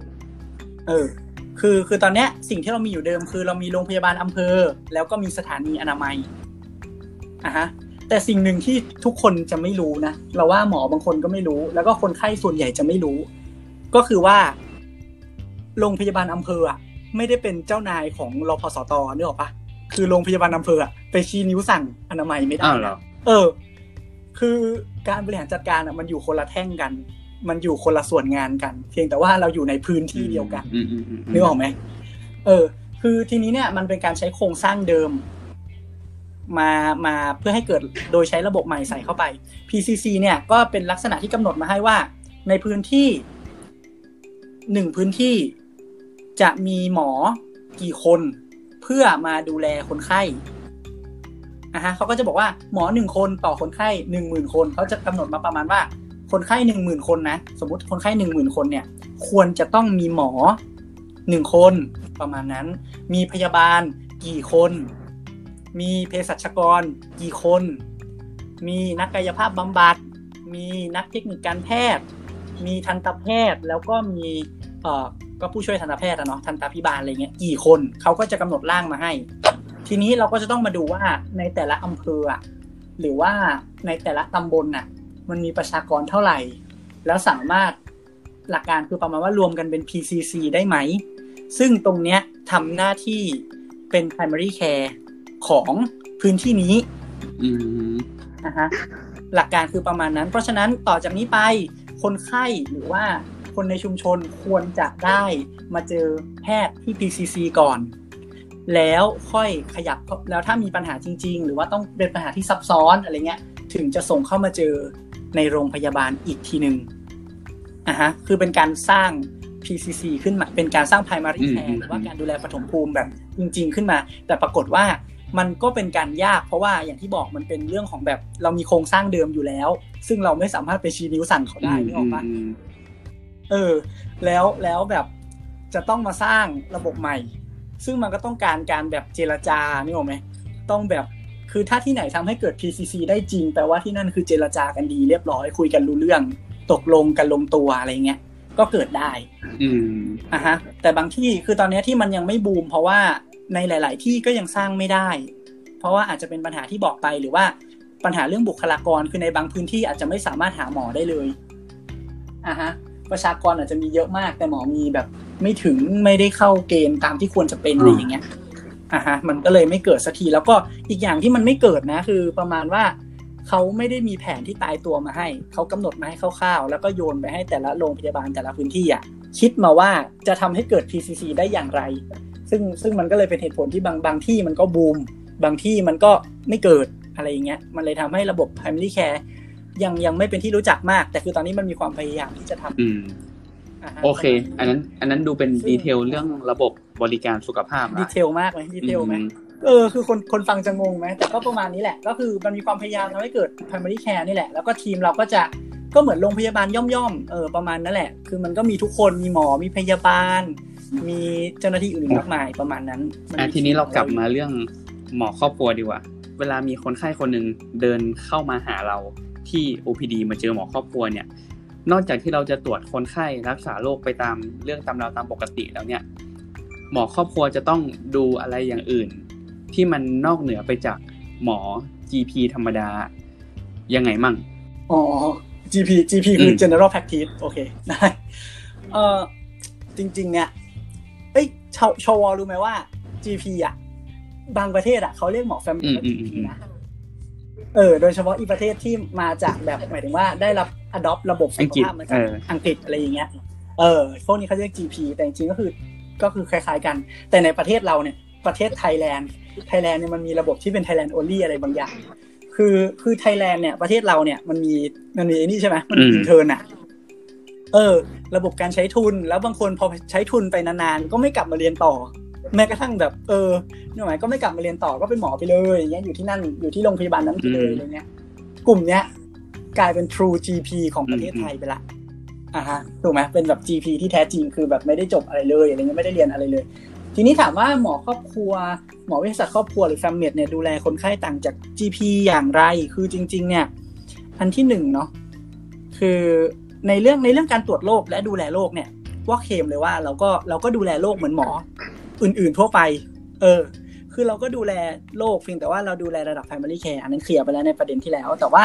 คือตอนเนี้ยสิ่งที่เรามีอยู่เดิมคือเรามีโรงพยาบาลอำเภอแล้วก็มีสถานีอนามัยแต่สิ่งหนึ่งที่ทุกคนจะไม่รู้นะเราว่าหมอบางคนก็ไม่รู้แล้วก็คนไข้ส่วนใหญ่จะไม่รู้ก็คือว่าโรงพยาบาลอำเภอไม่ได้เป็นเจ้านายของรพสตนึกออกปะคือโรงพยาบาลอำเภอไปชี้นิ้วสั่งอนามัยไม่ได้คือการบริหารจัดการมันอยู่คนละแท่งกันมันอยู่คนละส่วนงานกันเพียงแต่ว่าเราอยู่ในพื้นที่เดียวกันนึกออกไหมคือทีนี้เนี่ยมันเป็นการใช้โครงสร้างเดิมมาเพื่อให้เกิดโดยใช้ระบบใหม่ใส่เข้าไป PCC เนี่ยก็เป็นลักษณะที่กำหนดมาให้ว่าในพื้นที่1พื้นที่จะมีหมอกี่คนเพื่อมาดูแลคนไข้เขาก็จะบอกว่าหมอ1คนต่อคนไข้ 10,000 คนเขาจะกำหนดมาประมาณว่าคนไข้ 10,000 คนนะสมมุติคนไข้ 10,000 คนเนี่ยควรจะต้องมีหมอ1คนประมาณนั้นมีพยาบาลกี่คนมีเภสัชกรกี่คนมีนักกายภาพบำบัดมีนักเทคนิคการแพทย์มีทันตแพทย์แล้วก็มีก็ผู้ช่วยทันตแพทย์เนาะทันตพิบาลอะไรเงี้ยกี่คนเขาก็จะกำหนดร่างมาให้ทีนี้เราก็จะต้องมาดูว่าในแต่ละอำเภอหรือว่าในแต่ละตำบลมันมีประชากรเท่าไหร่แล้วสามารถหลักการคือประมาณว่ารวมกันเป็น PCC ได้ไหมซึ่งตรงเนี้ยทำหน้าที่เป็น primary care ของพื้นที่นี้นะฮะหลักการคือประมาณนั้นเพราะฉะนั้นต่อจากนี้ไปคนไข้หรือว่าคนในชุมชนควรจะได้มาเจอแพทย์ที่ PCC ก่อนแล้วค่อยขยับแล้วถ้ามีปัญหาจริงๆหรือว่าต้องเป็นปัญหาที่ซับซ้อนอะไรเงี้ยถึงจะส่งเข้ามาเจอในโรงพยาบาลอีกทีนึงคือเป็นการสร้าง PCC ขึ้นมาเป็นการสร้าง primary care หรือว่าการดูแลปฐมภูมิแบบจริงๆขึ้นมาแต่ปรากฏว่ามันก็เป็นการยากเพราะว่าอย่างที่บอกมันเป็นเรื่องของแบบเรามีโครงสร้างเดิมอยู่แล้วซึ่งเราไม่สามารถไปชี้นิ้วสั่งเขาได้นึกออกปะแล้วแบบจะต้องมาสร้างระบบใหม่ซึ่งมันก็ต้องการแบบเจรจานึกออกไหมต้องแบบคือถ้าที่ไหนทำให้เกิด PCC ได้จริงแปลว่าที่นั่นคือเจรจากันดีเรียบร้อยคุยกันรู้เรื่องตกลงกันลงตัวอะไรเงี้ยก็เกิดได้แต่บางที่คือตอนนี้ที่มันยังไม่บูมเพราะว่าในหลายๆที่ก็ยังสร้างไม่ได้เพราะว่าอาจจะเป็นปัญหาที่บอกไปหรือว่าปัญหาเรื่องบุคลากรคือในบางพื้นที่อาจจะไม่สามารถหาหมอได้เลยประชากรอาจจะมีเยอะมากแต่หมอมีแบบไม่ถึงไม่ได้เข้าเกณฑ์ตามที่ควรจะเป็นอะไรอย่างเงี้ยมันก็เลยไม่เกิดสักทีแล้วก็อีกอย่างที่มันไม่เกิดนะคือประมาณว่าเขาไม่ได้มีแผนที่ตายตัวมาให้เขากำหนดมาให้คร่าวๆแล้วก็โยนไปให้แต่ละโรงพยาบาลแต่ละพื้นที่คิดมาว่าจะทำให้เกิด PCC ได้อย่างไรซึ่งมันก็เลยเป็นเหตุผลที่บางที่มันก็บูมบางที่มันก็ไม่เกิดอะไรอย่างเงี้ยมันเลยทำให้ระบบ primary care ยังไม่เป็นที่รู้จักมากแต่คือตอนนี้มันมีความพยายามที่จะทำโอเคอันนั้นดูเป็นดีเทลเรื่องระบบบริการสุขภาพดีเทลมากเลยดีเทลไหมคือคนฟังจะงงไหมแต่ก็ประมาณนี้แหละก็คือมันมีความพยายามทำให้เกิด primary care นี่แหละแล้วก็ทีมเราก็เหมือนโรงพยาบาลย่อมๆประมาณนั่นแหละคือมันก็มีทุกคนมีหมอมีพยาบาลมีเจ้าหน้าที่อื่นมากมายประมาณนั้นทีนี้เรากลับมาเรื่องหมอครอบครัวดีกว่าเวลามีคนไข้คนนึงเดินเข้ามาหาเราที่ OPD มาเจอหมอครอบครัวเนี่ยนอกจากที่เราจะตรวจคนไข้รักษาโรคไปตามเรื่องตามราวตามปกติแล้วเนี่ยหมอครอบครัวจะต้องดูอะไรอย่างอื่นที่มันนอกเหนือไปจากหมอ GP ธรรมดายังไงมั่ง GP คือ General Practice โอเคได้จริงๆเนี่ยชวรู้ไหมว่า GP บางประเทศเขาเรียกหมอ Family GP นะโดยเฉพาะอีประเทศที่มาจากแบบหมายถึงว่าได้รับ adopt ระบบสุขภาพมาจากอังกฤษอะไรอย่างเงี้ยพวกนี้เขาเรียก GP แต่จริงๆก็คือคล้ายๆกันแต่ในประเทศเราเนี่ยประเทศไทยแลนด์เนี่ยมันมีระบบที่เป็น Thailand only อะไรบางอย่างคือไทยแลนด์เนี่ยประเทศเราเนี่ยมันมีไอ้นี่ใช่ไหมมันมีอินเทอร์นระบบการใช้ทุนแล้วบางคนพอใช้ทุนไปนานๆก็ไม่กลับมาเรียนต่อแม้กระทั่งแบบนี่หมายก็ไม่กลับมาเรียนต่อก็เป็นหมอไปเลยอย่างเงี้ยอยู่ที่นั่นอยู่ที่โรงพยาบาลนั้นไปเลยอะไรเงี้ยกลุ่มเนี้ยกลายเป็น True GP ของประเทศไทยไปละถูกไหมเป็นแบบ GP ที่แท้จริงคือแบบไม่ได้จบอะไรเลยอะไรเงี้ยไม่ได้เรียนอะไรเลยทีนี้ถามว่าหมอครอบครัวหมอเวชศาสตร์ครอบครัวหรือ Family เนี่ยดูแลคนไข้ต่างจาก GP อย่างไรคือจริงๆเนี่ยอันที่1เนาะคือในเรื่องการตรวจโรคและดูแลโรคเนี่ยว่าเคลมเลยว่าเราก็ดูแลโรคเหมือนหมออื่นๆทั่วไปคือเราก็ดูแลโรคเพียงแต่ว่าเราดูแลระดับ primary care อันนั้นเคลียร์ไปแล้วในประเด็นที่แล้วแต่ว่า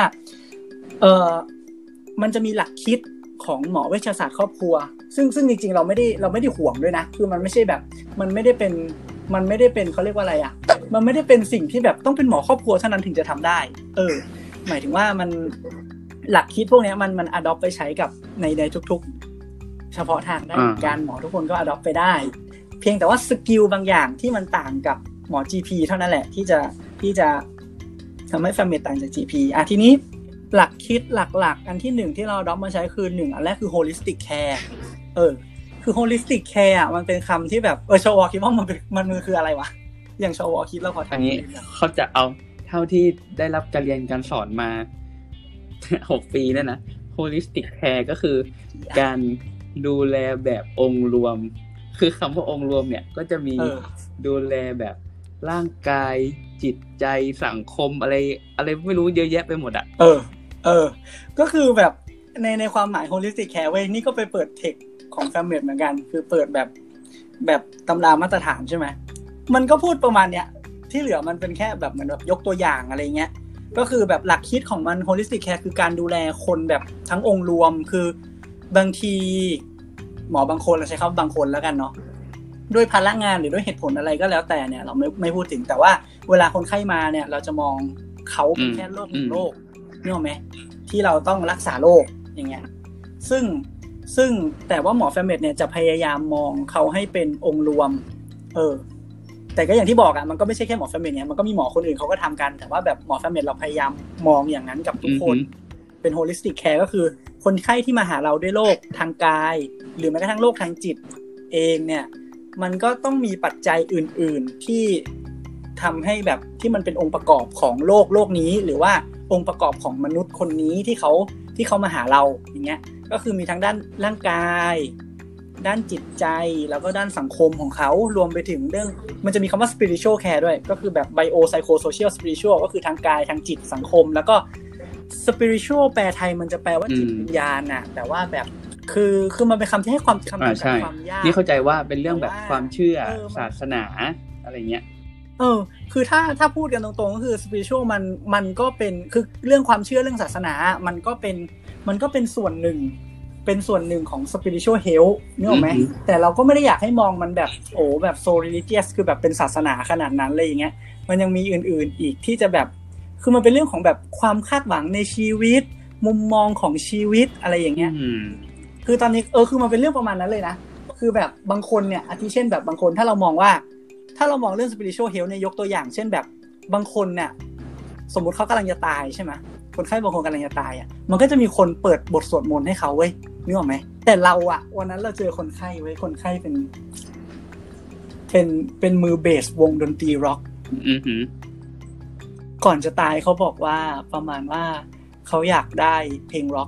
มันจะมีหลักคิดของหมอเวชศาสตร์ครอบครัวซึ่งจริงๆเราไม่ได้ห่วงด้วยนะคือมันไม่ใช่แบบมันไม่ได้เป็นเขาเรียกว่าอะไรมันไม่ได้เป็นสิ่งที่แบบต้องเป็นหมอครอบครัวเท่านั้นถึงจะทำได้หมายถึงว่ามันหลักคิดพวกนี้มัน adopt ไปใช้กับในทุกๆเฉพาะทางได้การหมอทุกคนก็ adopt ไปได้เพียงแต่ว่าสกิลบางอย่างที่มันต่างกับหมอ GP เท่านั้นแหละที่จะทำให้ Family ต่างจาก GP ทีนี้หลักคิดหลักๆอันที่1ที่เรา adopt มาใช้คือ1อันแรกคือ holistic care คือ holistic care มันเป็นคำที่แบบชวคิดว่ามันคืออะไรวะอย่างชวคิดแล้วพอทำนี้เขาจะเอาเท่าที่ได้รับการเรียนการสอนมา6 ปีนั่นนะ holistic care ก็คือการดูแลแบบองค์รวมคือคำว่าองค์รวมเนี่ยก็จะมีดูแลแบบร่างกายจิตใจสังคมอะไรไม่รู้เยอะแยะไปหมดก็คือแบบในความหมาย holistic care เว้ยนี่ก็ไปเปิดเทคของ Family เหมือนกันคือเปิดแบบตำรามาตรฐานใช่ไหมมันก็พูดประมาณเนี้ยที่เหลือมันเป็นแค่แบบเหมือนแบบยกตัวอย่างอะไรเงี้ยก็คือแบบหลักคิดของมัน holistic care คือการดูแลคนแบบทั้งองค์รวมคือบางทีหมอบางคนเราใช้คำบางคนแล้วกันเนาะด้วยภาระงานหรือด้วยเหตุผลอะไรก็แล้วแต่เนี่ยเราไม่พูดถึงแต่ว่าเวลาคนไข้มาเนี่ยเราจะมองเขาเป็นแค่โรคหนึ่งโรคนึกออกไหมที่เราต้องรักษาโรคอย่างเงี้ยซึ่งแต่ว่าหมอแฟมเมดเนี่ยจะพยายามมองเขาให้เป็นองค์รวมแต่ก็อย่างที่บอกอ่ะมันก็ไม่ใช่แค่หมอแฟมเมดเนี่ยมันก็มีหมอคนอื่นเขาก็ทำกันแต่ว่าแบบหมอแฟมเมดเราพยายามมองอย่างนั้นกับทุกคนเป็นโฮลิสติกแคร์ก็คือคนไข้ที่มาหาเราด้วยโรคทางกายหรือแม้กระทั่งโรคทางจิตเองเนี่ยมันก็ต้องมีปัจจัยอื่นๆที่ทำให้แบบที่มันเป็นองค์ประกอบของโรคนี้หรือว่าองค์ประกอบของมนุษย์คนนี้ที่เขามาหาเราอย่างเงี้ยก็คือมีทั้งด้านร่างกายด้านจิตใจแล้วก็ด้านสังคมของเขารวมไปถึงเรื่องมันจะมีคำว่า spiritual care ด้วยก็คือแบบ bio psycho social spiritual ก็คือทางกายทางจิตสังคมแล้วก็ spiritual แปลไทยมันจะแปลว่าจิตวิญญาณน่ะแต่ว่าแบบคือมันเป็นคำที่ให้ความจำกัดความยากนี่เข้าใจว่าเป็นเรื่องแบบความเชื่อศาสนาอะไรเงี้ยคือถ้าพูดกันตรงๆก็คือ spiritual มันก็เป็นคือเรื่องความเชื่อเรื่องศาสนามันก็เป็นส่วนหนึ่งของ spiritual health นึกออกไหมแต่เราก็ไม่ได้อยากให้มองมันแบบแบบ so religious คือแบบเป็นศาสนาขนาดนั้นเลยอย่างเงี้ยมันยังมีอื่นๆอีกที่จะแบบคือมันเป็นเรื่องของแบบความคาดหวังในชีวิตมุมมองของชีวิตอะไรอย่างเงี้ยคือตอนนี้คือมันเป็นเรื่องประมาณนั้นเลยนะคือแบบบางคนเนี่ยอาทิเช่นแบบบางคนถ้าเรามองเรื่อง spiritual health เนี่ยยกตัวอย่างเช่นแบบบางคนเนี่ยสมมุติเขากำลังจะตายใช่ไหมคนไข้บางคนกำลังจะตายอ่ะมันก็จะมีคนเปิดบทสวดมนต์ให้เขาเว้ยนึกออกไหมแต่เราอ่ะวันนั้นเราเจอคนไข้เว้ยคนไข้เป็นมือเบสวงดนตรีร็อกก่อนจะตายเขาบอกว่าประมาณว่าเขาอยากได้เพลงร็อก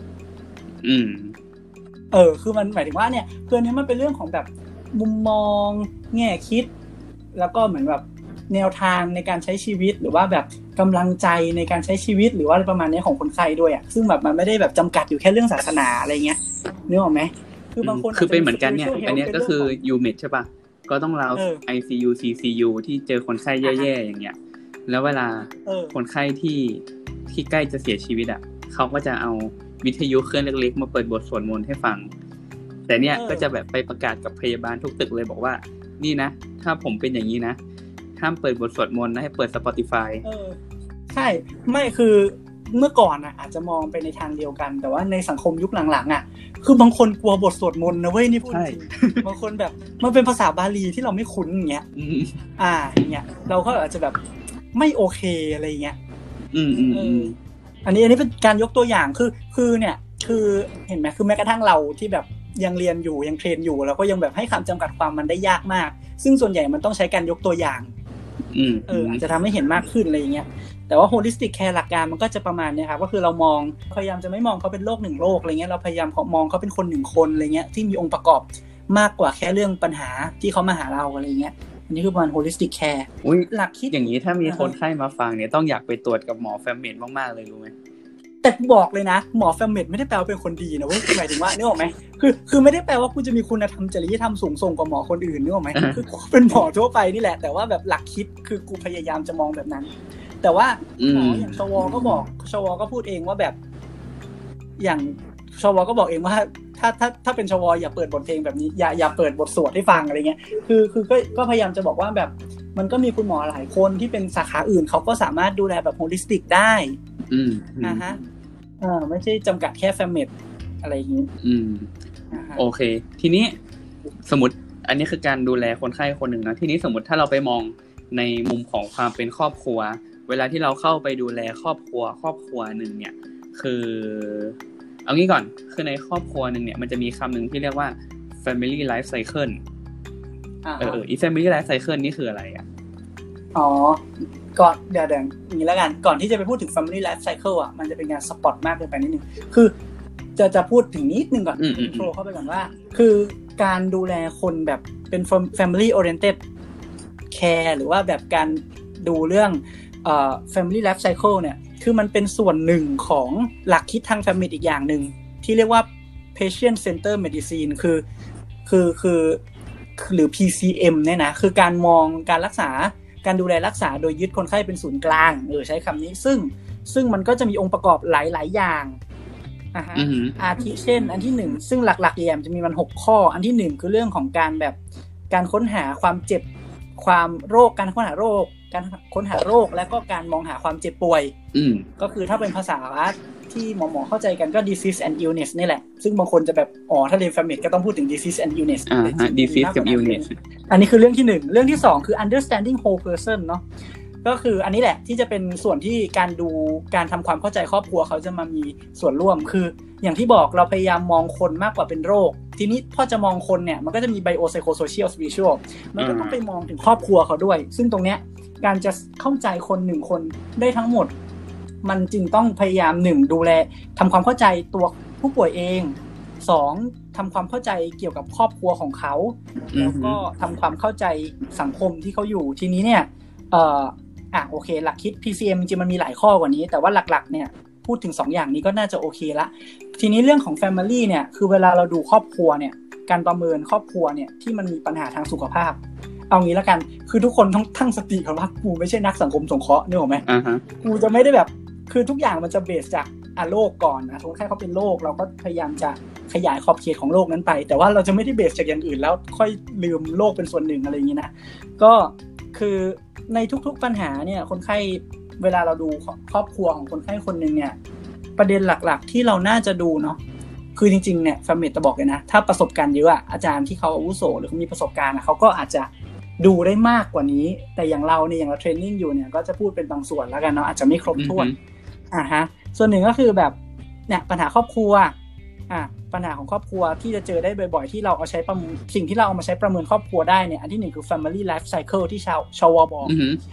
คือมันหมายถึงว่าเนี่ยเรื่องนี้มันเป็นเรื่องของแบบมุมมองแง่คิดแล้วก็เหมือนแบบแนวทางในการใช้ชีวิตหรือว่าแบบกำลังใจในการใช้ชีวิตหรือว่าประมาณนี้ของคนไข้ด้วยอ่ะซึ่งแบบมันไม่ได้แบบจำกัดอยู่แค่เรื่องศาสนาอะไรเงี้ยนึกออกไหมคือบางคนคือเป็นเหมือนกันเนี่ยอันนี้ก็คือ UMED ใช่ป่ะก็ต้องเรา ICU CCU ที่เจอคนไข้แย่ๆอย่างเงี้ยแล้วเวลาคนไข้ที่ใกล้จะเสียชีวิตอ่ะเขาก็จะเอาวิทยุเครื่องเล็กๆมาเปิดบทสวดมนต์ให้ฟังแต่เนี่ยก็จะแบบไปประกาศกับพยาบาลทุกตึกเลยบอกว่านี่นะถ้าผมเป็นอย่างนี้นะห้ามเปิดบทสวดมนต์นะให้เปิด Spotify ใช่ไม่คือเมื่อก่อนอ่ะอาจจะมองไปในทางเดียวกันแต่ว่าในสังคมยุคหลังๆอ่ะคือบางคนกลัวบทสวดมนต์นะเว้ยนี่พูดจริงบางคนแบบมันเป็นภาษาบาลีที่เราไม่คุ้นอย่างเงี้ยอย่างเงี้ยเราก็อาจจะแบบไม่โอเคอะไรเงี้ยอันนี้เป็นการยกตัวอย่างคือเนี่ยคือเห็นไหมคือแม้กระทั่งเราที่แบบยังเรียนอยู่ยังเทรนอยู่แล้วก็ยังแบบให้คำจำกัดความมันได้ยากมากซึ่งส่วนใหญ่มันต้องใช้การยกตัวอย่างอาจจะทำให้เห็นมากขึ้นอะไรอย่างเงี้ยแต่ว่า holistic care หลักการมันก็จะประมาณนี้ครับก็คือเราพยายามจะไม่มองเขาเป็นโรคหนึ่งโรคอะไรเงี้ยเราพยายามมองเขาเป็นคนหนึ่งคนอะไรเงี้ยที่มีองค์ประกอบมากกว่าแค่เรื่องปัญหาที่เขามาหาเราอะไรเงี้ยอันนี้คือประมาณ holistic care หลักคิดอย่างนี้ถ้ามีคนไข้มาฟังเนี่ยต้องอยากไปตรวจกับหมอแฟมเมดมากๆเลยรู้ไหมแต่บอกเลยนะหมอแฟมเมดไม่ได้แปลว่าเป็นคนดีนะเว้ยหมายถึงว่านึกออกไหมคือไม่ได้แปลว่ากูจะมีคุณธรรมจริยธรรมสูงส่งกว่าหมอคนอื่นนึกออกไหมคือเป็นหมอทั่วไปนี่แหละแต่ว่าแบบหลักคิดคือกูพยายามจะมองแบบนั้นแต่ว่าหมออย่างชวก็พูดเองว่าแบบอย่างชวก็บอกเองว่าถ้าเป็นชวอย่าเปิดบทเพลงแบบนี้อย่าเปิดบทสวดให้ฟังอะไรเงี้ยคือก็พยายามจะบอกว่าแบบมันก็มีคุณหมอหลายคนที่เป็นสาขาอื่นเขาก็สามารถดูแลแบบโฮลิสติกได้ไม่ใช่จำกัดแค่แฟมเมดอะไรอย่างนี้โอเคทีนี้สมมติอันนี้คือการดูแลคนไข้คนหนึ่งนะทีนี้สมมติถ้าเราไปมองในมุมของความเป็นครอบครัวเวลาที่เราเข้าไปดูแลครอบครัวหนึ่งเนี่ยคือเอางี้ก่อนคือในครอบครัวหนึ่งเนี่ยมันจะมีคำหนึ่งที่เรียกว่า family life cycle family life cycle นี่คืออะไรอ่ะก่อนเดี๋ยวอย่างนี้แล้วกันก่อนที่จะไปพูดถึง family life cycle อ่ะมันจะเป็นการสปอตมากเกินไปนิดนึงคือจะพูดถึงนิดนึงก่อนอินโทรเข้าไปก่อนว่าคือการดูแลคนแบบเป็น family oriented care หรือว่าแบบการดูเรื่องfamily life cycle เนี่ยคือมันเป็นส่วนหนึ่งของหลักคิดทาง family อีกอย่างหนึ่งที่เรียกว่า patient center medicine คือหรือ PCM เนี่ยนะคือการมองการรักษาการดูแลรักษาโดยยึดคนไข้เป็นศูนย์กลางใช้คำนี้ซึ่งมันก็จะมีองค์ประกอบหลายอย่างอาทิเช่นอันที่1ซึ่งหลักๆแยมจะมีมัน6ข้ออันที่1คือเรื่องของการแบบการค้นหาความเจ็บความโรคการค้นหาโรคการค้นหาโรคและก็การมองหาความเจ็บป่วยก็คือถ้าเป็นภาษาที่หมอเข้าใจกันก็ disease and illness นี่แหละซึ่งบางคนจะแบบถ้าเรียน FAMED ก็ต้องพูดถึง disease and illness disease กับ illness อันนี้คือเรื่องที่1เรื่องที่2คือ understanding whole person เนาะก็คืออันนี้แหละที่จะเป็นส่วนที่การดูการทำความเข้าใจครอบครัวเขาจะมามีส่วนร่วมคืออย่างที่บอกเราพยายามมองคนมากกว่าเป็นโรคทีนี้พอจะมองคนเนี่ยมันก็จะมี biopsychosocial spiritual มันก็ต้องไปมองถึงครอบครัวเขาด้วยซึ่งตรงเนี้ยการจะเข้าใจคน1คนได้ทั้งหมดมันจึงต้องพยายาม1ดูแลทำความเข้าใจตัวผู้ป่วยเอง2ทำความเข้าใจเกี่ยวกับครอบครัวของเขาแล้วก็ทำความเข้าใจสังคมที่เขาอยู่ทีนี้เนี่ยโอเคหลักคิด PCM จริงๆมันมีหลายข้อกว่านี้แต่ว่าหลักๆเนี่ยพูดถึง2อย่างนี้ก็น่าจะโอเคละทีนี้เรื่องของ Family เนี่ยคือเวลาเราดูครอบครัวเนี่ยการประเมินครอบครัวเนี่ยที่มันมีปัญหาทางสุขภาพเอางี้ละกันคือทุกคนต้องตั้งสติก่อนว่ากูไม่ใช่นักสังคมสงเคราะห์นึกออกไหมกูจะไม่ได้แบบคือทุกอย่างมันจะเบสจากโรคก่อนนะคนไข้เขาเป็นโรคเราก็พยายามจะขยายขอบเขตของโรคนั้นไปแต่ว่าเราจะไม่ได้เบสจากอย่างอื่นแล้วค่อยลืมโรคเป็นส่วนหนึ่งอะไรอย่างนี้นะก็คือในทุกๆปัญหาเนี่ยคนไข้เวลาเราดูครอบครัวของคนไข้คนนึงเนี่ยประเด็นหลักๆที่เราน่าจะดูเนาะคือจริงๆเนี่ย FAMED จะบอกเลยนะถ้าประสบการณ์เยอะอาจารย์ที่เขาอาวุโสหรือเขามีประสบการณ์เขาก็อาจจะดูได้มากกว่านี้แต่อย่างเราเนี่ยอย่างเราเทรนนิ่งอยู่เนี่ยก็จะพูดเป็นบางส่วนแล้วกันเนาะอาจจะไม่ครบถ้วนส่วนหนึ่งก็คือแบบเนี่ยปัญหาครอบครัวปัญหาของครอบครัวที่จะเจอได้บ่อยๆที่เราเอาใช้สิ่งที่เราเอามาใช้ประเมินครอบครัวได้เนี่ยอันที่1คือ family life cycle ที่ชวบอก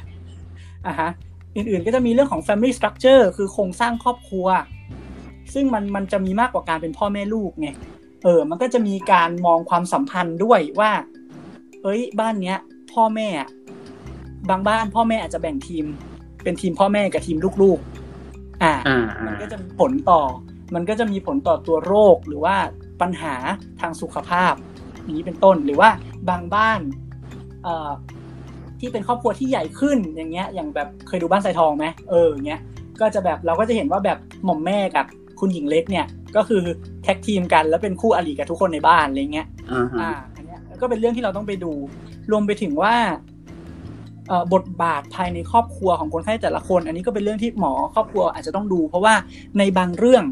อื่นๆก็จะมีเรื่องของ family structure คือโครงสร้างครอบครัวซึ่งมันจะมีมากกว่าการเป็นพ่อแม่ลูกไงมันก็จะมีการมองความสัมพันธ์ด้วยว่าบ้านเนี้ยพ่อแม่บางบ้านพ่อแม่อาจจะแบ่งทีมเป็นทีมพ่อแม่กับทีมลูกๆมันก็จะมีผลต่อตัวโรคหรือว่าปัญหาทางสุขภาพอย่างนี้เป็นต้นหรือว่าบางบ้านที่เป็นครอบครัวที่ใหญ่ขึ้นอย่างเงี้ยอย่างแบบเคยดูบ้านทรายทองไหมอย่างเงี้ยก็จะแบบเราก็จะเห็นว่าแบบหม่อมแม่กับคุณหญิงเล็กเนี่ยก็คือแท็กทีมกันแล้วเป็นคู่อริกับทุกคนในบ้านอะไรเงี้ยอันเนี้ยก็เป็นเรื่องที่เราต้องไปดูรวมไปถึงว่าบทบาทภายในครอบครัวของคนไข้แต่ละคนอันนี้ก็เป็นเรื่องที่หมอครอบครัวอาจจะต้องดูเพราะว่าในบางเรื่อง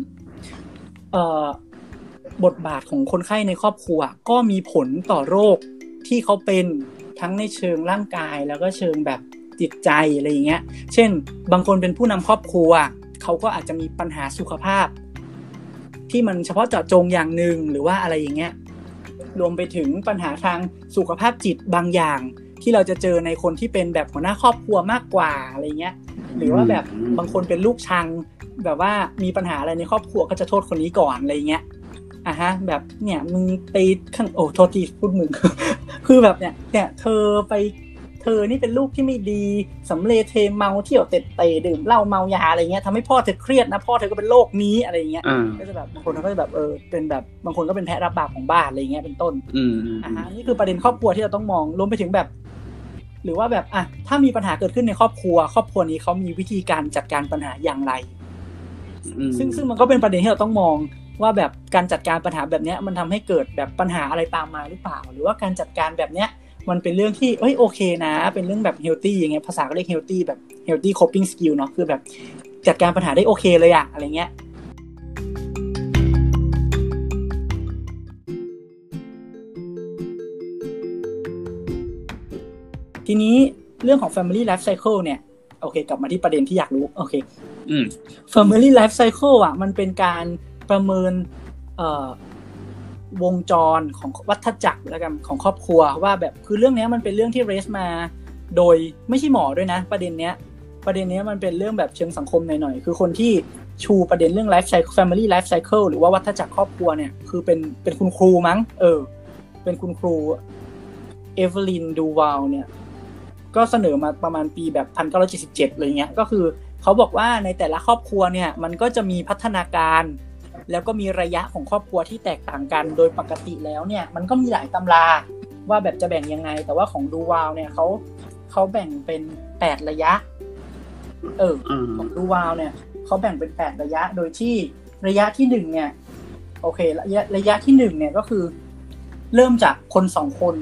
บทบาทของคนไข้ในครอบครัวก็มีผลต่อโรคที่เขาเป็นทั้งในเชิงร่างกายแล้วก็เชิงแบบจิตใจอะไรอย่างเงี้ยเช่นบางคนเป็นผู้นำครอบครัวเขาก็อาจจะมีปัญหาสุขภาพที่มันเฉพาะเจาะจงอย่างนึงหรือว่าอะไรอย่างเงี้ยรวมไปถึงปัญหาทางสุขภาพจิตบางอย่างที่เราจะเจอในคนที่เป็นแบบหัวหน้าครอบครัวมากกว่าอะไรเงี้ยหรือว่าแบบบางคนเป็นลูกชังแบบว่ามีปัญหาอะไรในครอบครัวก็จะโทษคนนี้ก่อนอะไรเงี้ยแบบเนี่ยมึงไปข้างโทษทีพูดมึง คือแบบเนี่ยเธอนี่เป็นลูกที่ไม่ดีสำเร็จเทเมาเที่ยวเตะดื่มเหล้าเมายาอะไรเงี้ยทำให้พ่อเธอเครียดนะพ่อเธอก็เป็นโรคนี้อะไรเงี้ยก็จะแบบบางคนก็จะแบบเป็นแบบบางคนก็เป็นแพะรับบาปของบ้านอะไรเงี้ยเป็นต้นนี่คือประเด็นครอบครัวที่เราต้องมองรวมไปถึงแบบหรือว่าแบบถ้ามีปัญหาเกิดขึ้นในครอบครัวนี้เขามีวิธีการจัดการปัญหาอย่างไรซึ่งมันก็เป็นประเด็นที่เราต้องมองว่าแบบการจัดการปัญหาแบบนี้มันทำให้เกิดแบบปัญหาอะไรตามมาหรือเปล่าหรือว่าการจัดการแบบเนี้ยมันเป็นเรื่องที่โอเคนะเป็นเรื่องแบบเฮลตี้อย่างเงี้ยภาษาก็เรียกเฮลตี้แบบเฮลตี้โคปิ้งสกิลเนาะคือแบบจัดการปัญหาได้โอเคเลยอะอะไรเงี้ยทีนี้เรื่องของ family life cycle เนี่ยโอเคกลับมาที่ประเด็นที่อยากรู้โอเคfamily life cycle มันเป็นการประเมินวงจรของวัฏจักรแล้วกันของครอบครัวว่าแบบคือเรื่องนี้มันเป็นเรื่องที่เรสมาโดยไม่ใช่หมอด้วยนะประเด็นเนี้ยมันเป็นเรื่องแบบเชิงสังคมหน่อยๆคือคนที่ชูประเด็นเรื่อง life cycle family life cycle หรือว่าวัฏจักรครอบครัวเนี่ยคือเป็นคุณครูมั้งเป็นคุณครูเอเวอร์ลินดูวาลเนี่ยก็เสนอมาประมาณปีแบบ1977อะไรเงี้ยก็คือเขาบอกว่าในแต่ละครอบครัวเนี่ยมันก็จะมีพัฒนาการแล้วก็มีระยะของครอบครัวที่แตกต่างกันโดยปกติแล้วเนี่ยมันก็มีหลายตำราว่าแบบจะแบ่งยังไงแต่ว่าของดูวาลเนี่ยเขาแบ่งเป็น8ระยะของดูวาลเนี่ยเขาแบ่งเป็น8ระยะโดยที่ระยะที่1เนี่ยโอเคระยะที่1เนี่ยก็คือเริ่มจากคน2คน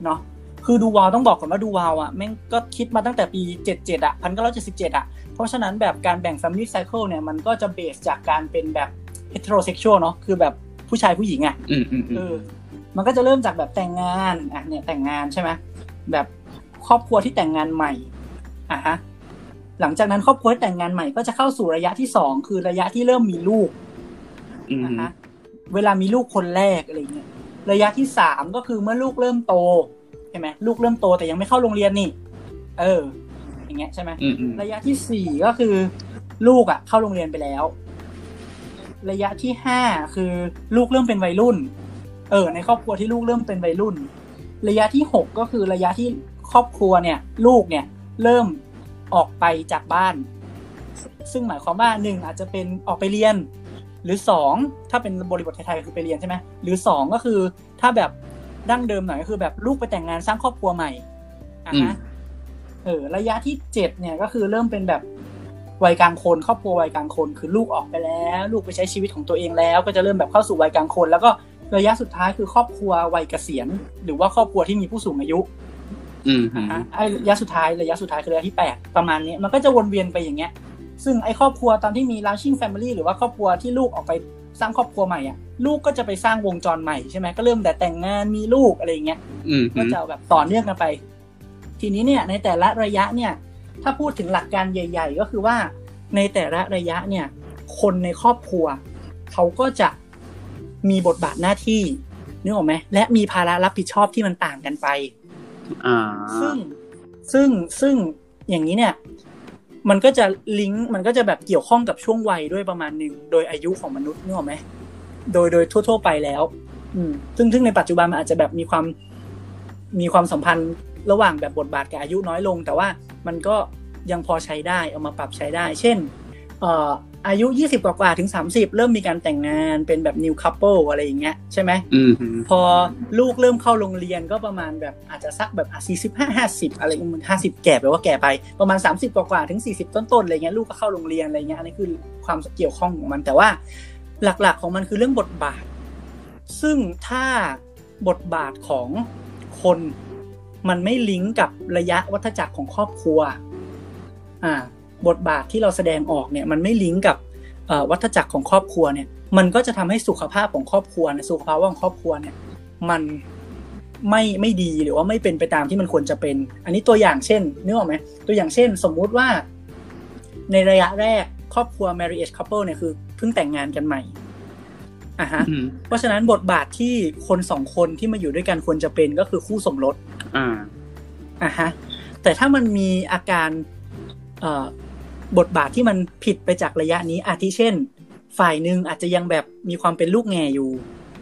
เนาะคือดูวาวต้องบอกก่อนว่าดูวาวอ่ะแม่งก็คิดมาตั้งแต่ปี77อ่ะ1977อ่ะเพราะฉะนั้นแบบการแบ่ง family cycle เนี่ยมันก็จะเบสจากการเป็นแบบ heterosexual เนาะคือแบบผู้ชายผู้หญิงอ่ะมันก็จะเริ่มจากแบบแต่งงานเนี่ยแต่งงานใช่ไหมแบบครอบครัวที่แต่งงานใหม่ฮะหลังจากนั้นครอบครัวที่แต่งงานใหม่ก็จะเข้าสู่ระยะที่2คือระยะที่เริ่มมีลูกฮะเวลามีลูกคนแรกอะไรเงี้ยระยะที่3ก็คือเมื่อลูกเริ่มโตใช่ไหมลูกเริ่มโตแต่ยังไม่เข้าโรงเรียนนี่อย่างเงี้ยใช่ไหมระยะที่4ก็คือลูกเข้าโรงเรียนไปแล้วระยะที่5คือลูกเริ่มเป็นวัยรุ่นในครอบครัวที่ลูกเริ่มเป็นวัยรุ่นระยะที่6ก็คือระยะที่ครอบครัวเนี่ยลูกเนี่ยเริ่มออกไปจากบ้านซึ่งหมายความว่า1อาจจะเป็นออกไปเรียนหรือ2ถ้าเป็นบริบทไทยๆคือไปเรียนใช่ไหมหรือ2ก็คือถ้าแบบดั้งเดิมหน่อยก็คือแบบลูกไปแต่งงานสร้างครอบครัวใหม่ระยะที่7เนี่ยก็คือเริ่มเป็นแบบวัยกลางคนครอบครัววัยกลางคนคือลูกออกไปแล้วลูกไปใช้ชีวิตของตัวเองแล้วก็จะเริ่มแบบเข้าสู่วัยกลางคนแล้วก็ระยะสุดท้ายคือครอบครัววัยเกษียณหรือว่าครอบครัวที่มีผู้สูงอายุระยะสุดท้ายคือระยะที่8ประมาณนี้มันก็จะวนเวียนไปอย่างเงี้ยซึ่งไอ้ครอบครัวตอนที่มี launching family หรือว่าครอบครัวที่ลูกออกไปสร้างครอบครัวใหม่อ่ะลูกก็จะไปสร้างวงจรใหม่ใช่ไหมก็เริ่มแต่แต่งงานมีลูกอะไรอย่างเงี้ยก็จะแบบต่อเนื่องกันไปทีนี้เนี่ยในแต่ละระยะเนี่ยถ้าพูดถึงหลักการใหญ่ๆก็คือว่าในแต่ละระยะเนี่ยคนในครอบครัวเขาก็จะมีบทบาทหน้าที่นึกออกไหมและมีภาระรับผิดชอบที่มันต่างกันไปซึ่งอย่างนี้เนี่ยมันก็จะลิงก์มันก็จะแบบเกี่ยวข้องกับช่วงวัยด้วยประมาณนึงโดยอายุของมนุษย์นึกออกไหมโดยทั่วๆไปแล้วซึ่งในปัจจุบันมันอาจจะแบบมีความสัมพันธ์ระหว่างแบบบทบาทกับอายุน้อยลงแต่ว่ามันก็ยังพอใช้ได้เอามาปรับใช้ได้เช่นอายุ20กว่าถึง30เริ่มมีการแต่งงานเป็นแบบ new couple อะไรอย่างเงี้ยใช่ไหมพอลูกเริ่มเข้าโรงเรียนก็ประมาณแบบอาจจะสักแบบ45-50อะไรมัน50แก่ไปว่าแก่ไปประมาณ30กว่าถึง40ต้นๆอะไรเงี้ยลูกก็เข้าโรงเรียนอะไรเงี้ยอันนี้คือความเกี่ยวข้องของมันแต่ว่าหลักๆของมันคือเรื่องบทบาทซึ่งถ้าบทบาทของคนมันไม่ลิงก์กับระยะวัฏจักรของครอบครัวบทบาทที่เราแสดงออกเนี่ยมันไม่ลิงก์กับวัฏจักรของครอบครัวเนี่ยมันก็จะทำให้สุขภาพของครอบครัวเนี่ยสุขภาวะของครอบครัวเนี่ยมันไม่ดีหรือว่าไม่เป็นไปตามที่มันควรจะเป็นอันนี้ตัวอย่างเช่นนึกออกไหมตัวอย่างเช่นสมมุติว่าในระยะแรกครอบครัว marriage couple เนี่ยคือเพิ่งแต่งงานกันใหม่เพราะฉะนั้นบทบาทที่คน2คนที่มาอยู่ด้วยกันควรจะเป็นก็คือคู่สมรสแต่ถ้ามันมีอาการบทบาทที่มันผิดไปจากระยะนี้อาทิเช่นฝ่ายหนึ่งอาจจะยังแบบมีความเป็นลูกแง่อยู่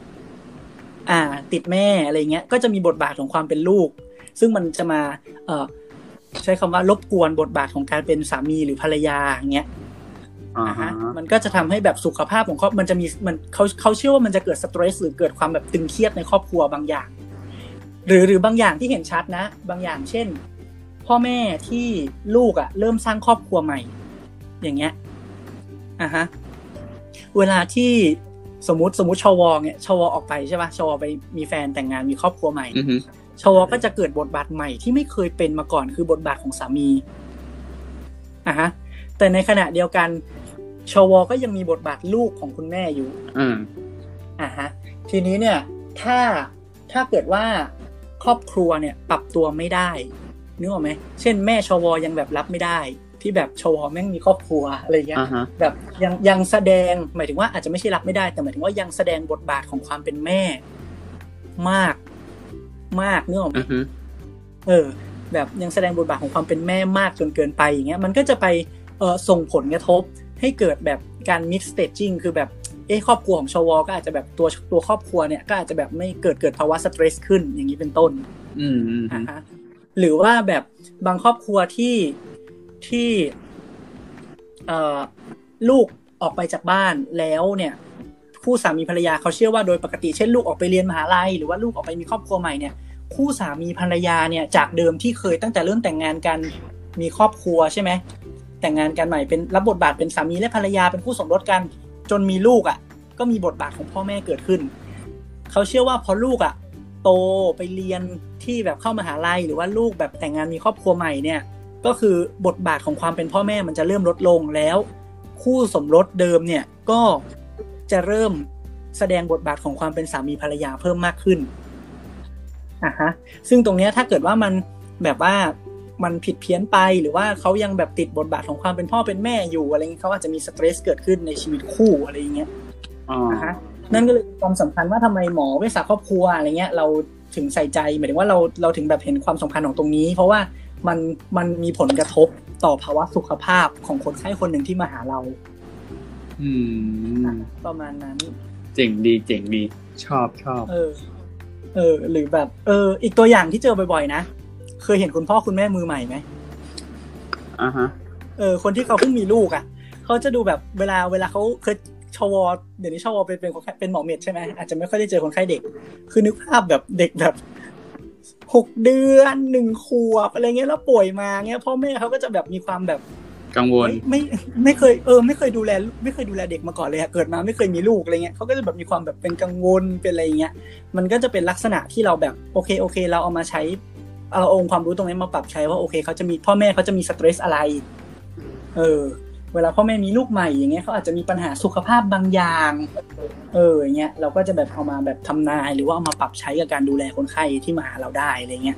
ติดแม่อะไรเงี้ยก็จะมีบทบาทของความเป็นลูกซึ่งมันจะมาใช้คำว่ารบกวนบทบาทของการเป็นสามีหรือภรรยาอย่างเงี้ยมันก็จะทำให้แบบสุขภาพของครอบมันจะมีมันเขาเชื่อว่ามันจะเกิดสเตรสหรือเกิดความแบบตึงเครียดในครอบครัวบางอย่างหรือบางอย่างที่เห็นชัดนะบางอย่างเช่นพ่อแม่ที่ลูกเริ่มสร้างครอบครัวใหม่อย่างเงี้ยเวลาที่สมมุติชวเนี่ยชวออกไปใช่ป่ะชวไปมีแฟนแต่งงานมีครอบครัวใหม่ชวก็จะเกิดบทบาทใหม่ที่ไม่เคยเป็นมาก่อนคือบทบาทของสามีแต่ในขณะเดียวกันชวก็ยังมีบทบาทลูกของคุณแม่อยู่ทีนี้เนี่ยถ้าเกิดว่าครอบครัวเนี่ยปรับตัวไม่ได้นึกออกไหมเช่นแม่ชวยังแบบรับไม่ได้ที่แบบชวแม่งมีครอบครัวอะไรเงี้ยแบบยังแสดงหมายถึงว่าอาจจะไม่ใช่รับไม่ได้แต่หมายถึงว่ายังแสดงบทบาทของความเป็นแม่มากนึกออกไหมแบบยังแสดงบทบาทของความเป็นแม่มากจนเกินไปอย่างเงี้ยมันก็จะไปส่งผลกระทบให้เกิดแบบการ mix staging คือแบบครอบครัวของชวก็อาจจะแบบตัวครอบครัวเนี่ยก็อาจจะแบบไม่เกิดภาวะสเตรสขึ้นอย่างนี้เป็นต้นหรือว่าแบบบางครอบครัวที่ลูกออกไปจากบ้านแล้วเนี่ยคู่สามีภรรยาเขาเชื่อว่าโดยปกติเช่นลูกออกไปเรียนมหาลัยหรือว่าลูกออกไปมีครอบครัวใหม่เนี่ยคู่สามีภรรยาเนี่ยจากเดิมที่เคยตั้งแต่เริ่มแต่งงานกันมีครอบครัวใช่ไหมแต่งงานกันใหม่เป็นรับบทบาทเป็นสามีและภรรยาเป็นคู่สมรสกันจนมีลูกก็มีบทบาทของพ่อแม่เกิดขึ้นเขาเชื่อว่าพอลูกโตไปเรียนที่แบบเข้ามหาลัยหรือว่าลูกแบบแต่งงานมีครอบครัวใหม่เนี่ยก็คือบทบาทของความเป็นพ่อแม่มันจะเริ่มลดลงแล้วคู่สมรสเดิมเนี่ยก็จะเริ่มแสดงบทบาทของความเป็นสามีภรรยาเพิ่มมากขึ้นซึ่งตรงเนี้ยถ้าเกิดว่ามันแบบว่ามันผิดเพี้ยนไปหรือว่าเขายังแบบติดบทบาทของความเป็นพ่อเป็นแม่อยู่อะไรเงี้ยเขาอาจจะมีสเตรสเกิดขึ้นในชีวิตคู่อะไรอย่างเงี้ยนั่นก็เลยความสำคัญว่าทำไมหมอเวชศาสตร์ครอบครัวอะไรเงี้ยเราถึงใส่ใจหมายถึงว่าเราถึงแบบเห็นความสำคัญของตรงนี้เพราะว่ามันมีผลกระทบต่อภาวะสุขภาพของคนไข้คนหนึ่งที่มาหาเราประมาณนั้นเจ๋งดีชอบหรือแบบอีกตัวอย่างที่เจอบ่อยๆนะเคยเห็นคุณพ่อคุณแม่มือใหม่ไหมคนที่เขาเพิ่งมีลูกอ่ะเขาจะดูแบบเวลาเขาเคยชวเดี๋ยวนี้ชวเป็นหมอเม็ดใช่ไหมอาจจะไม่ค่อยได้เจอคนไข้เด็กคือนึกภาพแบบเด็กแบบ6 เดือน1 ขวบอะไรเงี้ยแล้วป่วยมาเงี้ยพ่อแม่เขาก็จะแบบมีความแบบกังวลไม่เคยดูแลเด็กมาก่อนเลยเกิดมาไม่เคยมีลูกอะไรเงี้ยเขาก็จะแบบมีความแบบเป็นกังวลเป็นอะไรเงี้ยมันก็จะเป็นลักษณะที่เราแบบโอเคเราเอามาใช้เอาองค์ความรู้ตรงนี้มาปรับใช้ว่าโอเคเขาจะมีพ่อแม่เขาจะมีสเตรสอะไรเวลาพ่อแม่มีลูกใหม่อย่างเงี้ยเขาอาจจะมีปัญหาสุขภาพบางอย่างอย่างเงี้ยเราก็จะแบบเอามาแบบทำนายหรือว่าเอามาปรับใช้กับการดูแลคนไข้ที่มาหาเราได้อะไรเงี้ย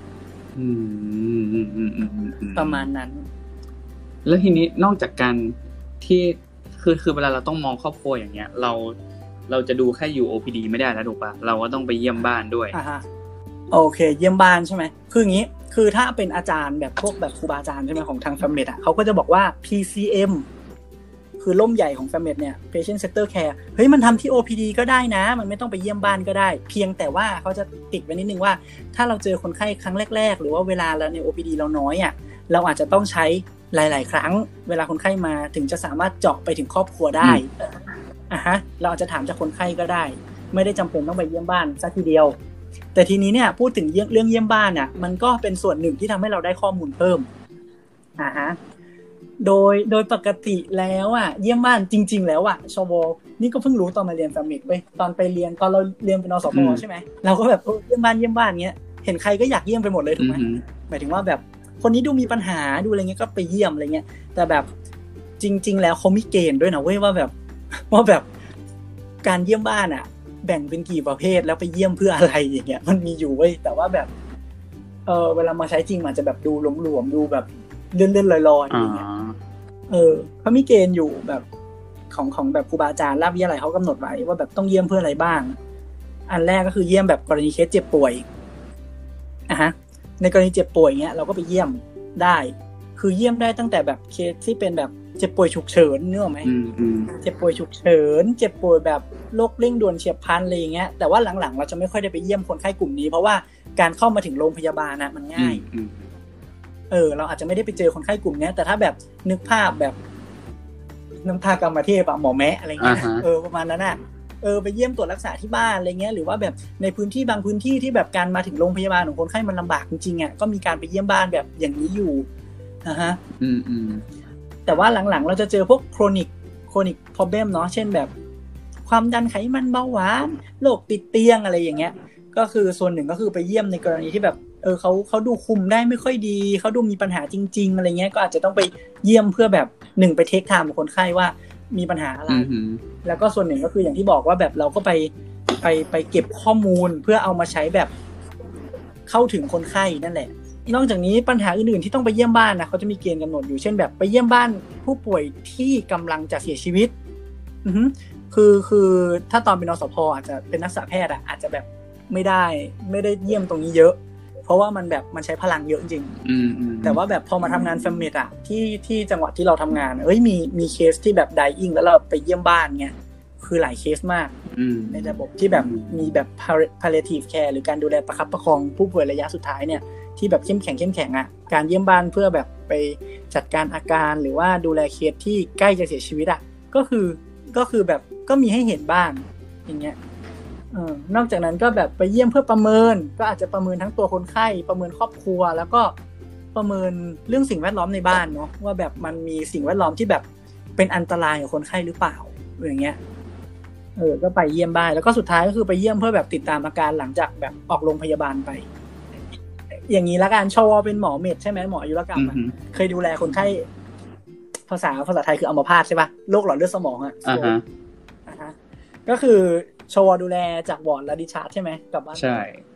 ประมาณนั้นแล้วทีนี้นอกจากการที่คือเวลาเราต้องมองครอบครัวอย่างเงี้ยเราจะดูแค่อยู่ OPD ไม่ได้แล้วถูกป่ะเราก็ต้องไปเยี่ยมบ้านด้วยโอเคเยี่ยมบ้านใช่ไหมคืออย่างนี้คือถ้าเป็นอาจารย์แบบพวกแบบครูบาอาจารย์ใช่ไหมของทาง FAMED อ่ะเขาก็จะบอกว่า PCM คือล่มใหญ่ของ FAMED เนี่ย Patient Center Care เฮ้ยมันทำที่ OPD ก็ได้นะมันไม่ต้องไปเยี่ยมบ้านก็ได้เพียงแต่ว่าเขาจะติดไว้นิดนึงว่าถ้าเราเจอคนไข้ครั้งแรกๆหรือว่าเวลาเราใน OPD เราน้อยอ่ะเราอาจจะต้องใช้หลายๆครั้งเวลาคนไข้มาถึงจะสามารถเจาะไปถึงครอบครัวได้เราอาจจะถามจากคนไข้ก็ได้ไม่ได้จำเป็นต้องไปเยี่ยมบ้านซะทีเดียวแต่ทีนี้เนี่ยพูดถึงเรื่องเยี่ยมบ้านอ่ะมันก็เป็นส่วนหนึ่งที่ทำให้เราได้ข้อมูลเพิ่มโดยปกติแล้วอ่ะเยี่ยมบ้านจริงๆแล้วอ่ะชวนี่ก็เพิ่งรู้ตอนมาเรียนFAMEDเว้ยตอนไปเรียนตอนเราเรียนเป็นนสพใช่ไหมเราก็แบบเยี่ยมบ้านเงี้ยเห็นใครก็อยากเยี่ยมไปหมดเลยถูกไหมหมายถึงว่าแบบคนนี้ดูมีปัญหาดูอะไรเงี้ยก็ไปเยี่ยมอะไรเงี้ยแต่แบบจริงๆแล้วเขามีเกณฑ์ด้วยนะเว้ยว่าแบบการเยี่ยมบ้านอ่ะแบ่งเป็นกี่ประเภทแล้วไปเยี่ยมเพื่ออะไรอย่างเงี้ยมันมีอยู่เว้ยแต่ว่าแบบเวลามาใช้จริงมันจะแบบดูหลวมๆดูแบบเลื่อนๆลอยๆอย่างเงี้ยเขามีเกณฑ์อยู่แบบของแบบครูบาอาจารย์ราชวิทยาลัยเขากำหนดไว้ว่าแบบต้องเยี่ยมเพื่ออะไรบ้างอันแรกก็คือเยี่ยมแบบกรณีเคสเจ็บป่วยในกรณีเจ็บป่วยเงี้ยเราก็ไปเยี่ยมได้คือเยี่ยมได้ตั้งแต่แบบเคสที่เป็นแบบเจ็บป่วยฉุกเฉินนึกออกไหมเจ็บป่วยฉุกเฉินเจ็บป่วยแบบโรคเร่งด่วนเฉียบพลันอะไรอย่างเงี้ยแต่ว่าหลังๆเราจะไม่ค่อยได้ไปเยี่ยมคนไข้กลุ่มนี้เพราะว่าการเข้ามาถึงโรงพยาบาลนะมันง่ายเราอาจจะไม่ได้ไปเจอคนไข้กลุ่มนี้แต่ถ้าแบบนึกภาพแบบน้ำตากรรมเทพหมอแมะอะไรเงี้ยประมาณนั้นน่ะไปเยี่ยมตรวจรักษาที่บ้านอะไรเงี้ยหรือว่าแบบในพื้นที่บางพื้นที่ที่แบบการมาถึงโรงพยาบาลของคนไข้มันลำบากจริงๆอ่ะก็มีการไปเยี่ยมบ้านแบบอย่างนี้อยู่แต่ว่าหลังๆเราจะเจอพวกโครนิก problem เนาะเช่นแบบความดันไขมันเบาหวานโรคติดเตียงอะไรอย่างเงี้ยก็คือส่วนหนึ่งก็คือไปเยี่ยมในกรณีที่แบบเขาดูคุมได้ไม่ค่อยดีเขาดูมีปัญหาจริงๆอะไรเงี้ยก็อาจจะต้องไปเยี่ยมเพื่อแบบ1ไปเทคไทม์กับคนไข้ว่ามีปัญหาอะไรแล้วก็ส่วนหนึ่งก็คืออย่างที่บอกว่าแบบเราก็ไปเก็บข้อมูลเพื่อเอามาใช้แบบเข้าถึงคนไข้นั่นแหละนอกจากนี้ปัญหาอื่นๆที่ต้องไปเยี่ยมบ้านนะเขาจะมีเกณฑ์กำหนดอยู่เช่นแบบไปเยี่ยมบ้านผู้ป่วยที่กำลังจะเสียชีวิตคือถ้าตอนเป็นนสพอาจจะเป็นนักศึกษาแพทย์อาจจะแบบไม่ได้เยี่ยมตรงนี้เยอะเพราะว่ามันแบบมันใช้พลังเยอะจริงแต่ว่าแบบพอมาทำงานFAMEDที่จังหวัดที่เราทำงานมีเคสที่แบบ dying แล้วเราไปเยี่ยมบ้านเงี้ยคือหลายเคสมากในระบบที่แบบมีแบบ palliative care หรือการดูแลประคับประคองผู้ป่วยระยะสุดท้ายเนี่ยที่แบบเข้มแข็งการเยี่ยมบ้านเพื่อแบบไปจัดการอาการหรือว่าดูแลเคสที่ใกล้จะเสียชีวิตก็คือแบบก็มีให้เห็นบ้างอย่างเงี้ยนอกจากนั้นก็แบบไปเยี่ยมเพื่อประเมินก็อาจจะประเมินทั้งตัวคนไข้ประเมินครอบครัวแล้วก็ประเมินเรื่องสิ่งแวดล้อมในบ้านเนาะว่าแบบมันมีสิ่งแวดล้อมที่แบบเป็นอันตรายกับคนไข้หรือเปล่าอย่างเงี้ยก็ไปเยี่ยมบ้านแล้วก็สุดท้ายก็คือไปเยี่ยมเพื่อแบบติดตามอาการหลังจากแบบออกโรงพยาบาลไปอย่างนี้ละกันชวเป็นหมอเม็ดใช่ไหมหมออายุรกรรมเคยดูแลคนไข้ภาษาไทยคืออัมพาตใช่ป่ะโรคหลอดเลือดสมองอ่ะก็คือชวดูแลจากวอร์ดและดิชาร์จใช่ไหมกลับบ้านใช่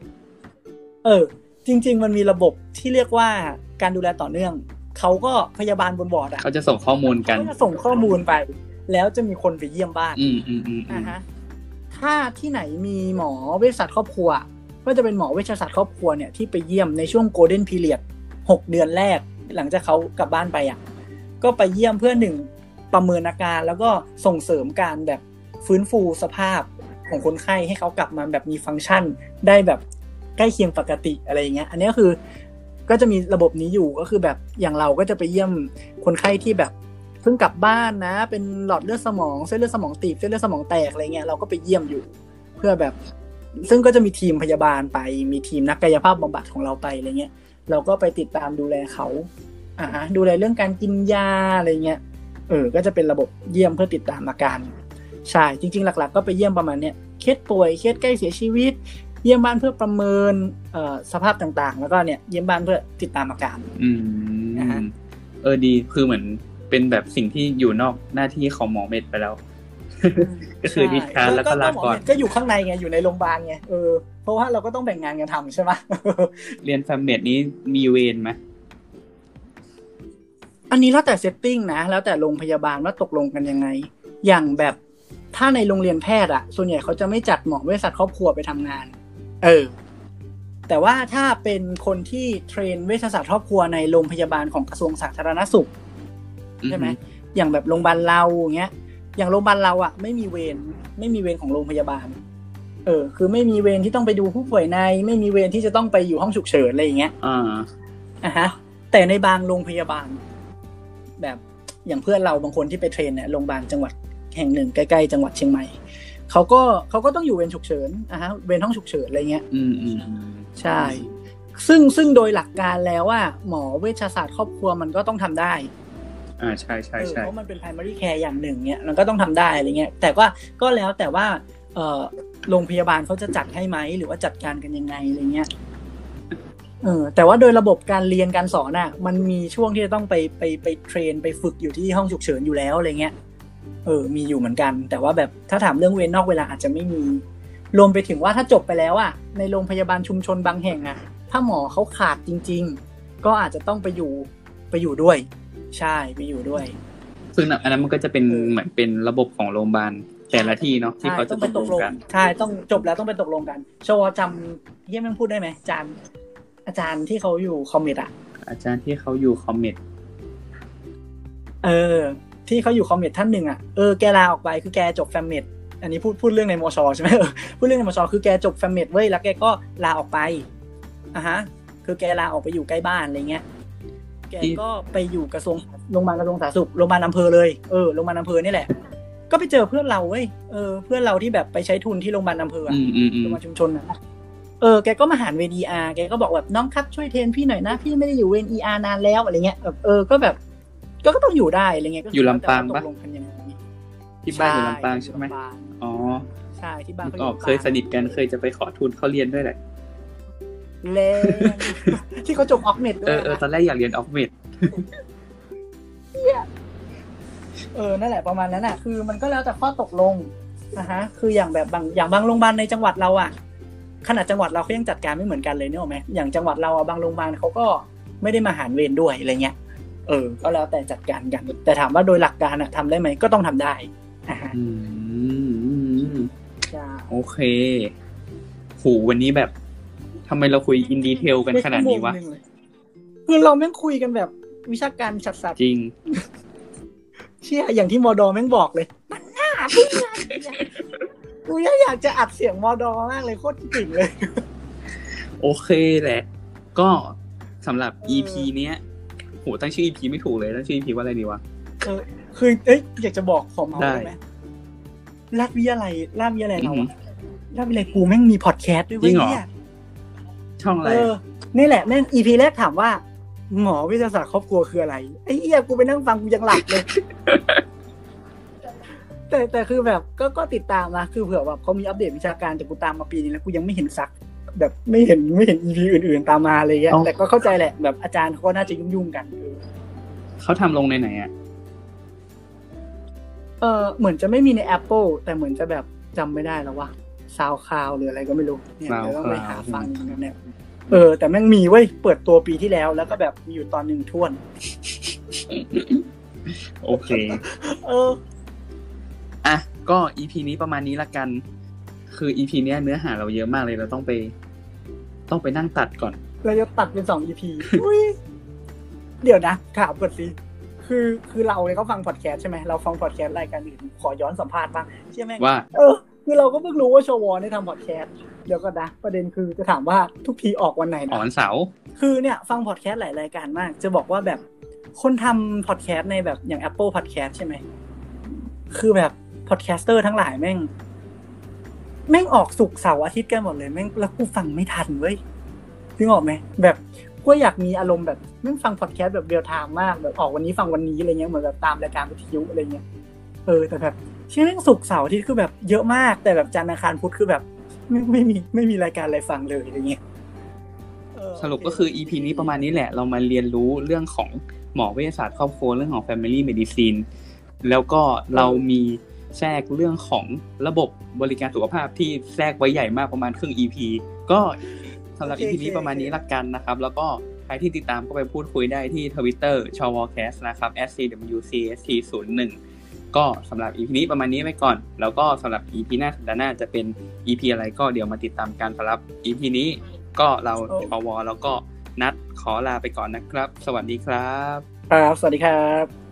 จริงๆมันมีระบบที่เรียกว่าการดูแลต่อเนื่องเขาก็พยาบาลบนวอร์ดอ่ะเขาจะส่งข้อมูลกันเขาจะส่งข้อมูลไปแล้วจะมีคนไปเยี่ยมบ้านถ้าที่ไหนมีหมอเวชศาสตร์ครอบครัวก็จะเป็นหมอเวชศาสตร์ครอบครัวเนี่ยที่ไปเยี่ยมในช่วงโกลเด้นพีเรียด6 เดือนแรกหลังจากเขากลับบ้านไปอ่ะก็ไปเยี่ยมเพื่อ1ประเมินอาการแล้วก็ส่งเสริมการแบบฟื้นฟูสภาพของคนไข้ให้เขากลับมาแบบมีฟังก์ชันได้แบบใกล้เคียงปกติอะไรอย่างเงี้ยอันนี้ก็คือก็จะมีระบบนี้อยู่ก็คือแบบอย่างเราก็จะไปเยี่ยมคนไข้ที่แบบเพิ่งกลับบ้านนะเป็นหลอดเลือดสมองเส้นเลือดสมองตีบเส้นเลือดสมองแตกอะไรเงี้ยเราก็ไปเยี่ยมอยู่เพื่อแบบซึ่งก็จะมีทีมพยาบาลไปมีทีมนักกายภาพบำบัดของเราไปอะไรเงี้ยเราก็ไปติดตามดูแลเขาดูแลเรื่องการกินยาอะไรเงี้ยก็จะเป็นระบบเยี่ยมเพื่อติดตามอาการใช่จริงๆหลักๆก็ไปเยี่ยมประมาณเนี้ยเคสป่วยเคสใกล้เสียชีวิตเยี่ยมบ้านเพื่อประเมินสภาพต่างๆแล้วก็เนี่ยเยี่ยมบ้านเพื่อติดตามอาการดีคือเหมือนเป็นแบบสิ่งที่อยู่นอกหน้าที่ของหมอเม็ดไปแล้วก็คือดิชาร์จแล้วก็ลาก่อนก็อยู่ข้างในไงอยู่ในโรงพยาบาลไงเพราะว่าเราก็ต้องแบ่งงานกันทำใช่ไหมเรียนแฟมเมดนี้มีเวรไหมอันนี้แล้วแต่เซตติ้งนะแล้วแต่โรงพยาบาลว่าตกลงกันยังไงอย่างแบบถ้าในโรงเรียนแพทย์อ่ะส่วนใหญ่เขาจะไม่จัดหมอเวชศาสตร์ครอบครัวไปทำงานแต่ว่าถ้าเป็นคนที่เทรนเวชศาสตร์ครอบครัวในโรงพยาบาลของกระทรวงสาธารณสุขใช่ไหมอย่างแบบโรงพยาบาลเราอย่างเงี้ยอย่างโรงพยาบาลเราอ่ะไม่มีเวรของโรงพยาบาลคือไม่มีเวรที่ต้องไปดูผู้ป่วยในไม่มีเวรที่จะต้องไปอยู่ห้องฉุกเฉินอะไรอย่างเงี้ยแต่ในบางโรงพยาบาลแบบอย่างเพื่อนเราบางคนที่ไปเทรนเนี่ยโรงพยาบาลจังหวัดแห่งหนึ่งใกล้ๆจังหวัดเชียงใหม่เขาก็ต้องอยู่เวรฉุกเฉินเวรห้องฉุกเฉินอะไรเงี้ยใช่ซึ่งโดยหลักการแล้วว่าหมอเวชศาสตร์ครอบครัวมันก็ต้องทำได้ใช่เพราะมันเป็น primary care อย่างหนึ่งเนี่ยมันก็ต้องทำได้อะไรเงี้ยแต่ก็แล้วแต่ว่าโรงพยาบาลเขาจะจัดให้ไหมหรือว่าจัดการกันยังไงอะไรเงี้ยแต่ว่าโดยระบบการเรียนการสอนอ่ะมันมีช่วงที่จะต้องไปเทรนไปฝึกอยู่ที่ห้องฉุกเฉินอยู่แล้วอะไรเงี้ยมีอยู่เหมือนกันแต่ว่าแบบถ้าถามเรื่องเวรนอกเวลาอาจจะไม่มีรวมไปถึงว่าถ้าจบไปแล้วอ่ะในโรงพยาบาลชุมชนบางแห่งอ่ะถ้าหมอเขาขาดจริงๆก็อาจจะต้องไปอยู่ด้วยใช่ไปอยู่ด้วยซึ่งอันนั้นมันก็จะเป็นเหมือนเป็นระบบของโรงพยาบาลแต่ละที่เนาะที่เขาจะตกลงกันใช่ต้องจบแล้วต้องไปตกลงกันชวจำเยี่ยมพูดได้ไหมอาจารย์ที่เขาอยู่คอมเมดอ่ะอาจารย์ที่เขาอยู่คอมเมดที่เขาอยู่คอมเมดท่านหนึ่งอ่ะแกลาออกไปคือแกจบแฟมเมดอันนี้พูดเรื่องในมชใช่ไหมพูดเรื่องในมชคือแกจบแฟมเมดเว้ยแล้วแกก็ลาออกไปคือแกลาออกไปอยู่ใกล้บ้านอะไรเงี้ยแกก็ไปอยู่กระทรวงโรงพยาบาลกระทรวงสาธารณสุขโรงพยาบาลอำเภอเลยโรงพยาบาลอำเภอนี่แหละก็ไปเจอเพื่อนเราเว้ยเพื่อนเราที่แบบไปใช้ทุนที่โรงพยาบาลอำเภอโรงพยาบาลชุมชนนะแกก็มาหาเวร ER แกก็บอกแบบน้องครับช่วยเทรนพี่หน่อยนะพี่ไม่ได้อยู่เวร ER นานแล้วอะไรเงี้ยแบบก็แบบก็ต้องอยู่ได้อะไรเงี้ยอยู่ลำปางปะที่บ้านอยู่ลำปางใช่ไหมอ๋อใช่ที่บ้านก็เคยสนิทกันเคยจะไปขอทุนเขาเรียนด้วยแหละเล่ที่เขาจบออกเมดด้วยตอนแรกอยากเรียนออกเมดนั่นแหละประมาณนั้นอ่ะคือมันก็แล้วแต่ข้อตกลงคืออย่างแบบบางโรงพยาบาลในจังหวัดเราอ่ะขนาดจังหวัดเราเขายังจัดการไม่เหมือนกันเลยเนี่ยหรอไหมอย่างจังหวัดเราบางโรงพยาบาลเขาก็ไม่ได้มาหารเวรด้วยอะไรเงี้ยก็แล้วแต่จัดการกันแต่ถามว่าโดยหลักการทำได้ไหมก็ต้องทำได้โอเคโหวันนี้แบบทำไมเราคุยอินดีเทลกันขนาดนี้วะคือเราแม่งคุยกันแบบวิชาการชัดๆจริงเชี่ยอย่างที่มดแม่งบอกเลยมันน่าเบื่อกูอยากจะอัดเสียงมดมากเลยโคตรจริงเลยโอเคแหละก็สำหรับ EP เนี้ยโหตั้งชื่อ EP ไม่ถูกเลยตั้งชื่อ EP ว่าอะไรดีวะคืออยากจะบอกขอเมาได้ไหมราชวิทยาลัยเราอะราชวิทยาลัยกูแม่งมีพอดแคสต์ด้วยเว้ยเนี่ยช่องอะไรนี่แหละแม่ง EP แรกถามว่าหมอวิทยาศาสตร์ครอบครัวคืออะไรไอ้เหี้ยกูไปนั่งฟังกูยังหลับเลยแต่คือแบบก็ติดตามนะคือเผื่อแบบเขามีอัปเดตวิชาการแต่กูตามมาปีนี้แล้วกูยังไม่เห็นซักแบบไม่เห็น EP อื่นๆตามมาอะไรเงี้ยแต่ก็เข้าใจแหละแบบอาจารย์เขาก็น่าจะยุ่งๆกันเขาทำลงในไหนอ่ะเหมือนจะไม่มีใน Apple แต่เหมือนจะแบบจำไม่ได้แล้วว่าซาวคลาวหรืออะไรก็ไม่รู้เนี่ยเดี๋ยวต้องไปหาฟังกันเนี่ยแต่แม่งมีเว้ยเปิดตัวปีที่แล้วแล้วก็แบบมีอยู่ตอนหนึ่งท่วนโอเคอ่ะก็ EP นี้ประมาณนี้ละกันคือ EP เนี้ยเนื้อหาเราเยอะมากเลยเราต้องไปนั่งตัดก่อนเราจะตัดเป็น2 EP อุ้ยเดี๋ยวนะถามก่อนสิคือเราเนี่ยก็ฟังพอดแคสต์ใช่ไหมเราฟังพอดแคสต์รายการอื่นขอย้อนสัมภาษณ์บ้างใช่ไหมว่าคือเราก็เพิ่งรู้ว่าชวได้ทำพอดแคสต์เดี๋ยวก็นะประเด็นคือจะถามว่าทุกทีออกวันไหนนะออกวันเสาร์คือเนี่ยฟังพอดแคสต์หลายรายการมากจะบอกว่าแบบคนทำพอดแคสต์ในแบบอย่าง Apple Podcast ใช่ไหมคือแบบพอดแคสเตอร์ทั้งหลายแม่งออกศุกร์เสาร์อาทิตย์กันหมดเลยแม่งแล้วกูฟังไม่ทันเว้ยนึกออกไหมแบบก็อยากมีอารมณ์แบบแม่งฟังพอดแคสต์แบบเรียลไทม์มากแบบออกวันนี้ฟังวันนี้อะไรเงี้ยเหมือนแบบตามรายการวิทยุอะไรเงี้ยแต่แบบชื่อแม่งศุกร์เสาร์อาทิตย์คือแบบเยอะมากแต่แบบจันทร์อังคารพุธคือแบบไม่มีรายการอะไรฟังเลยอะไรเงี้ยสรุปก็คือ EP นี้ประมาณนี้แหละเรามาเรียนรู้เรื่องของหมอเวชศาสตร์ครอบครัวเรื่องของ Family Medicine แล้วก็เรามีแทรกเรื่องของระบบบริการสุขภาพที่แทรกไว้ใหญ่มากประมาณครึ่ง EP ก็สำหรับ EP นี้ประมาณนี้ละกันนะครับแล้วก็ใครที่ติดตามก็ไปพูดคุยได้ที่ Twitter chawcast นะครับ @cwcst01 ก็สำหรับ EP นี้ประมาณนี้ไว้ก่อนแล้วก็สำหรับ EP หน้าสัปดาห์หน้าจะเป็น EP อะไรก็เดี๋ยวมาติดตามกันสำหรับ EP นี้ก็เราชวแล้วก็นัดขอลาไปก่อนนะครับสวัสดีครับสวัสดีครับ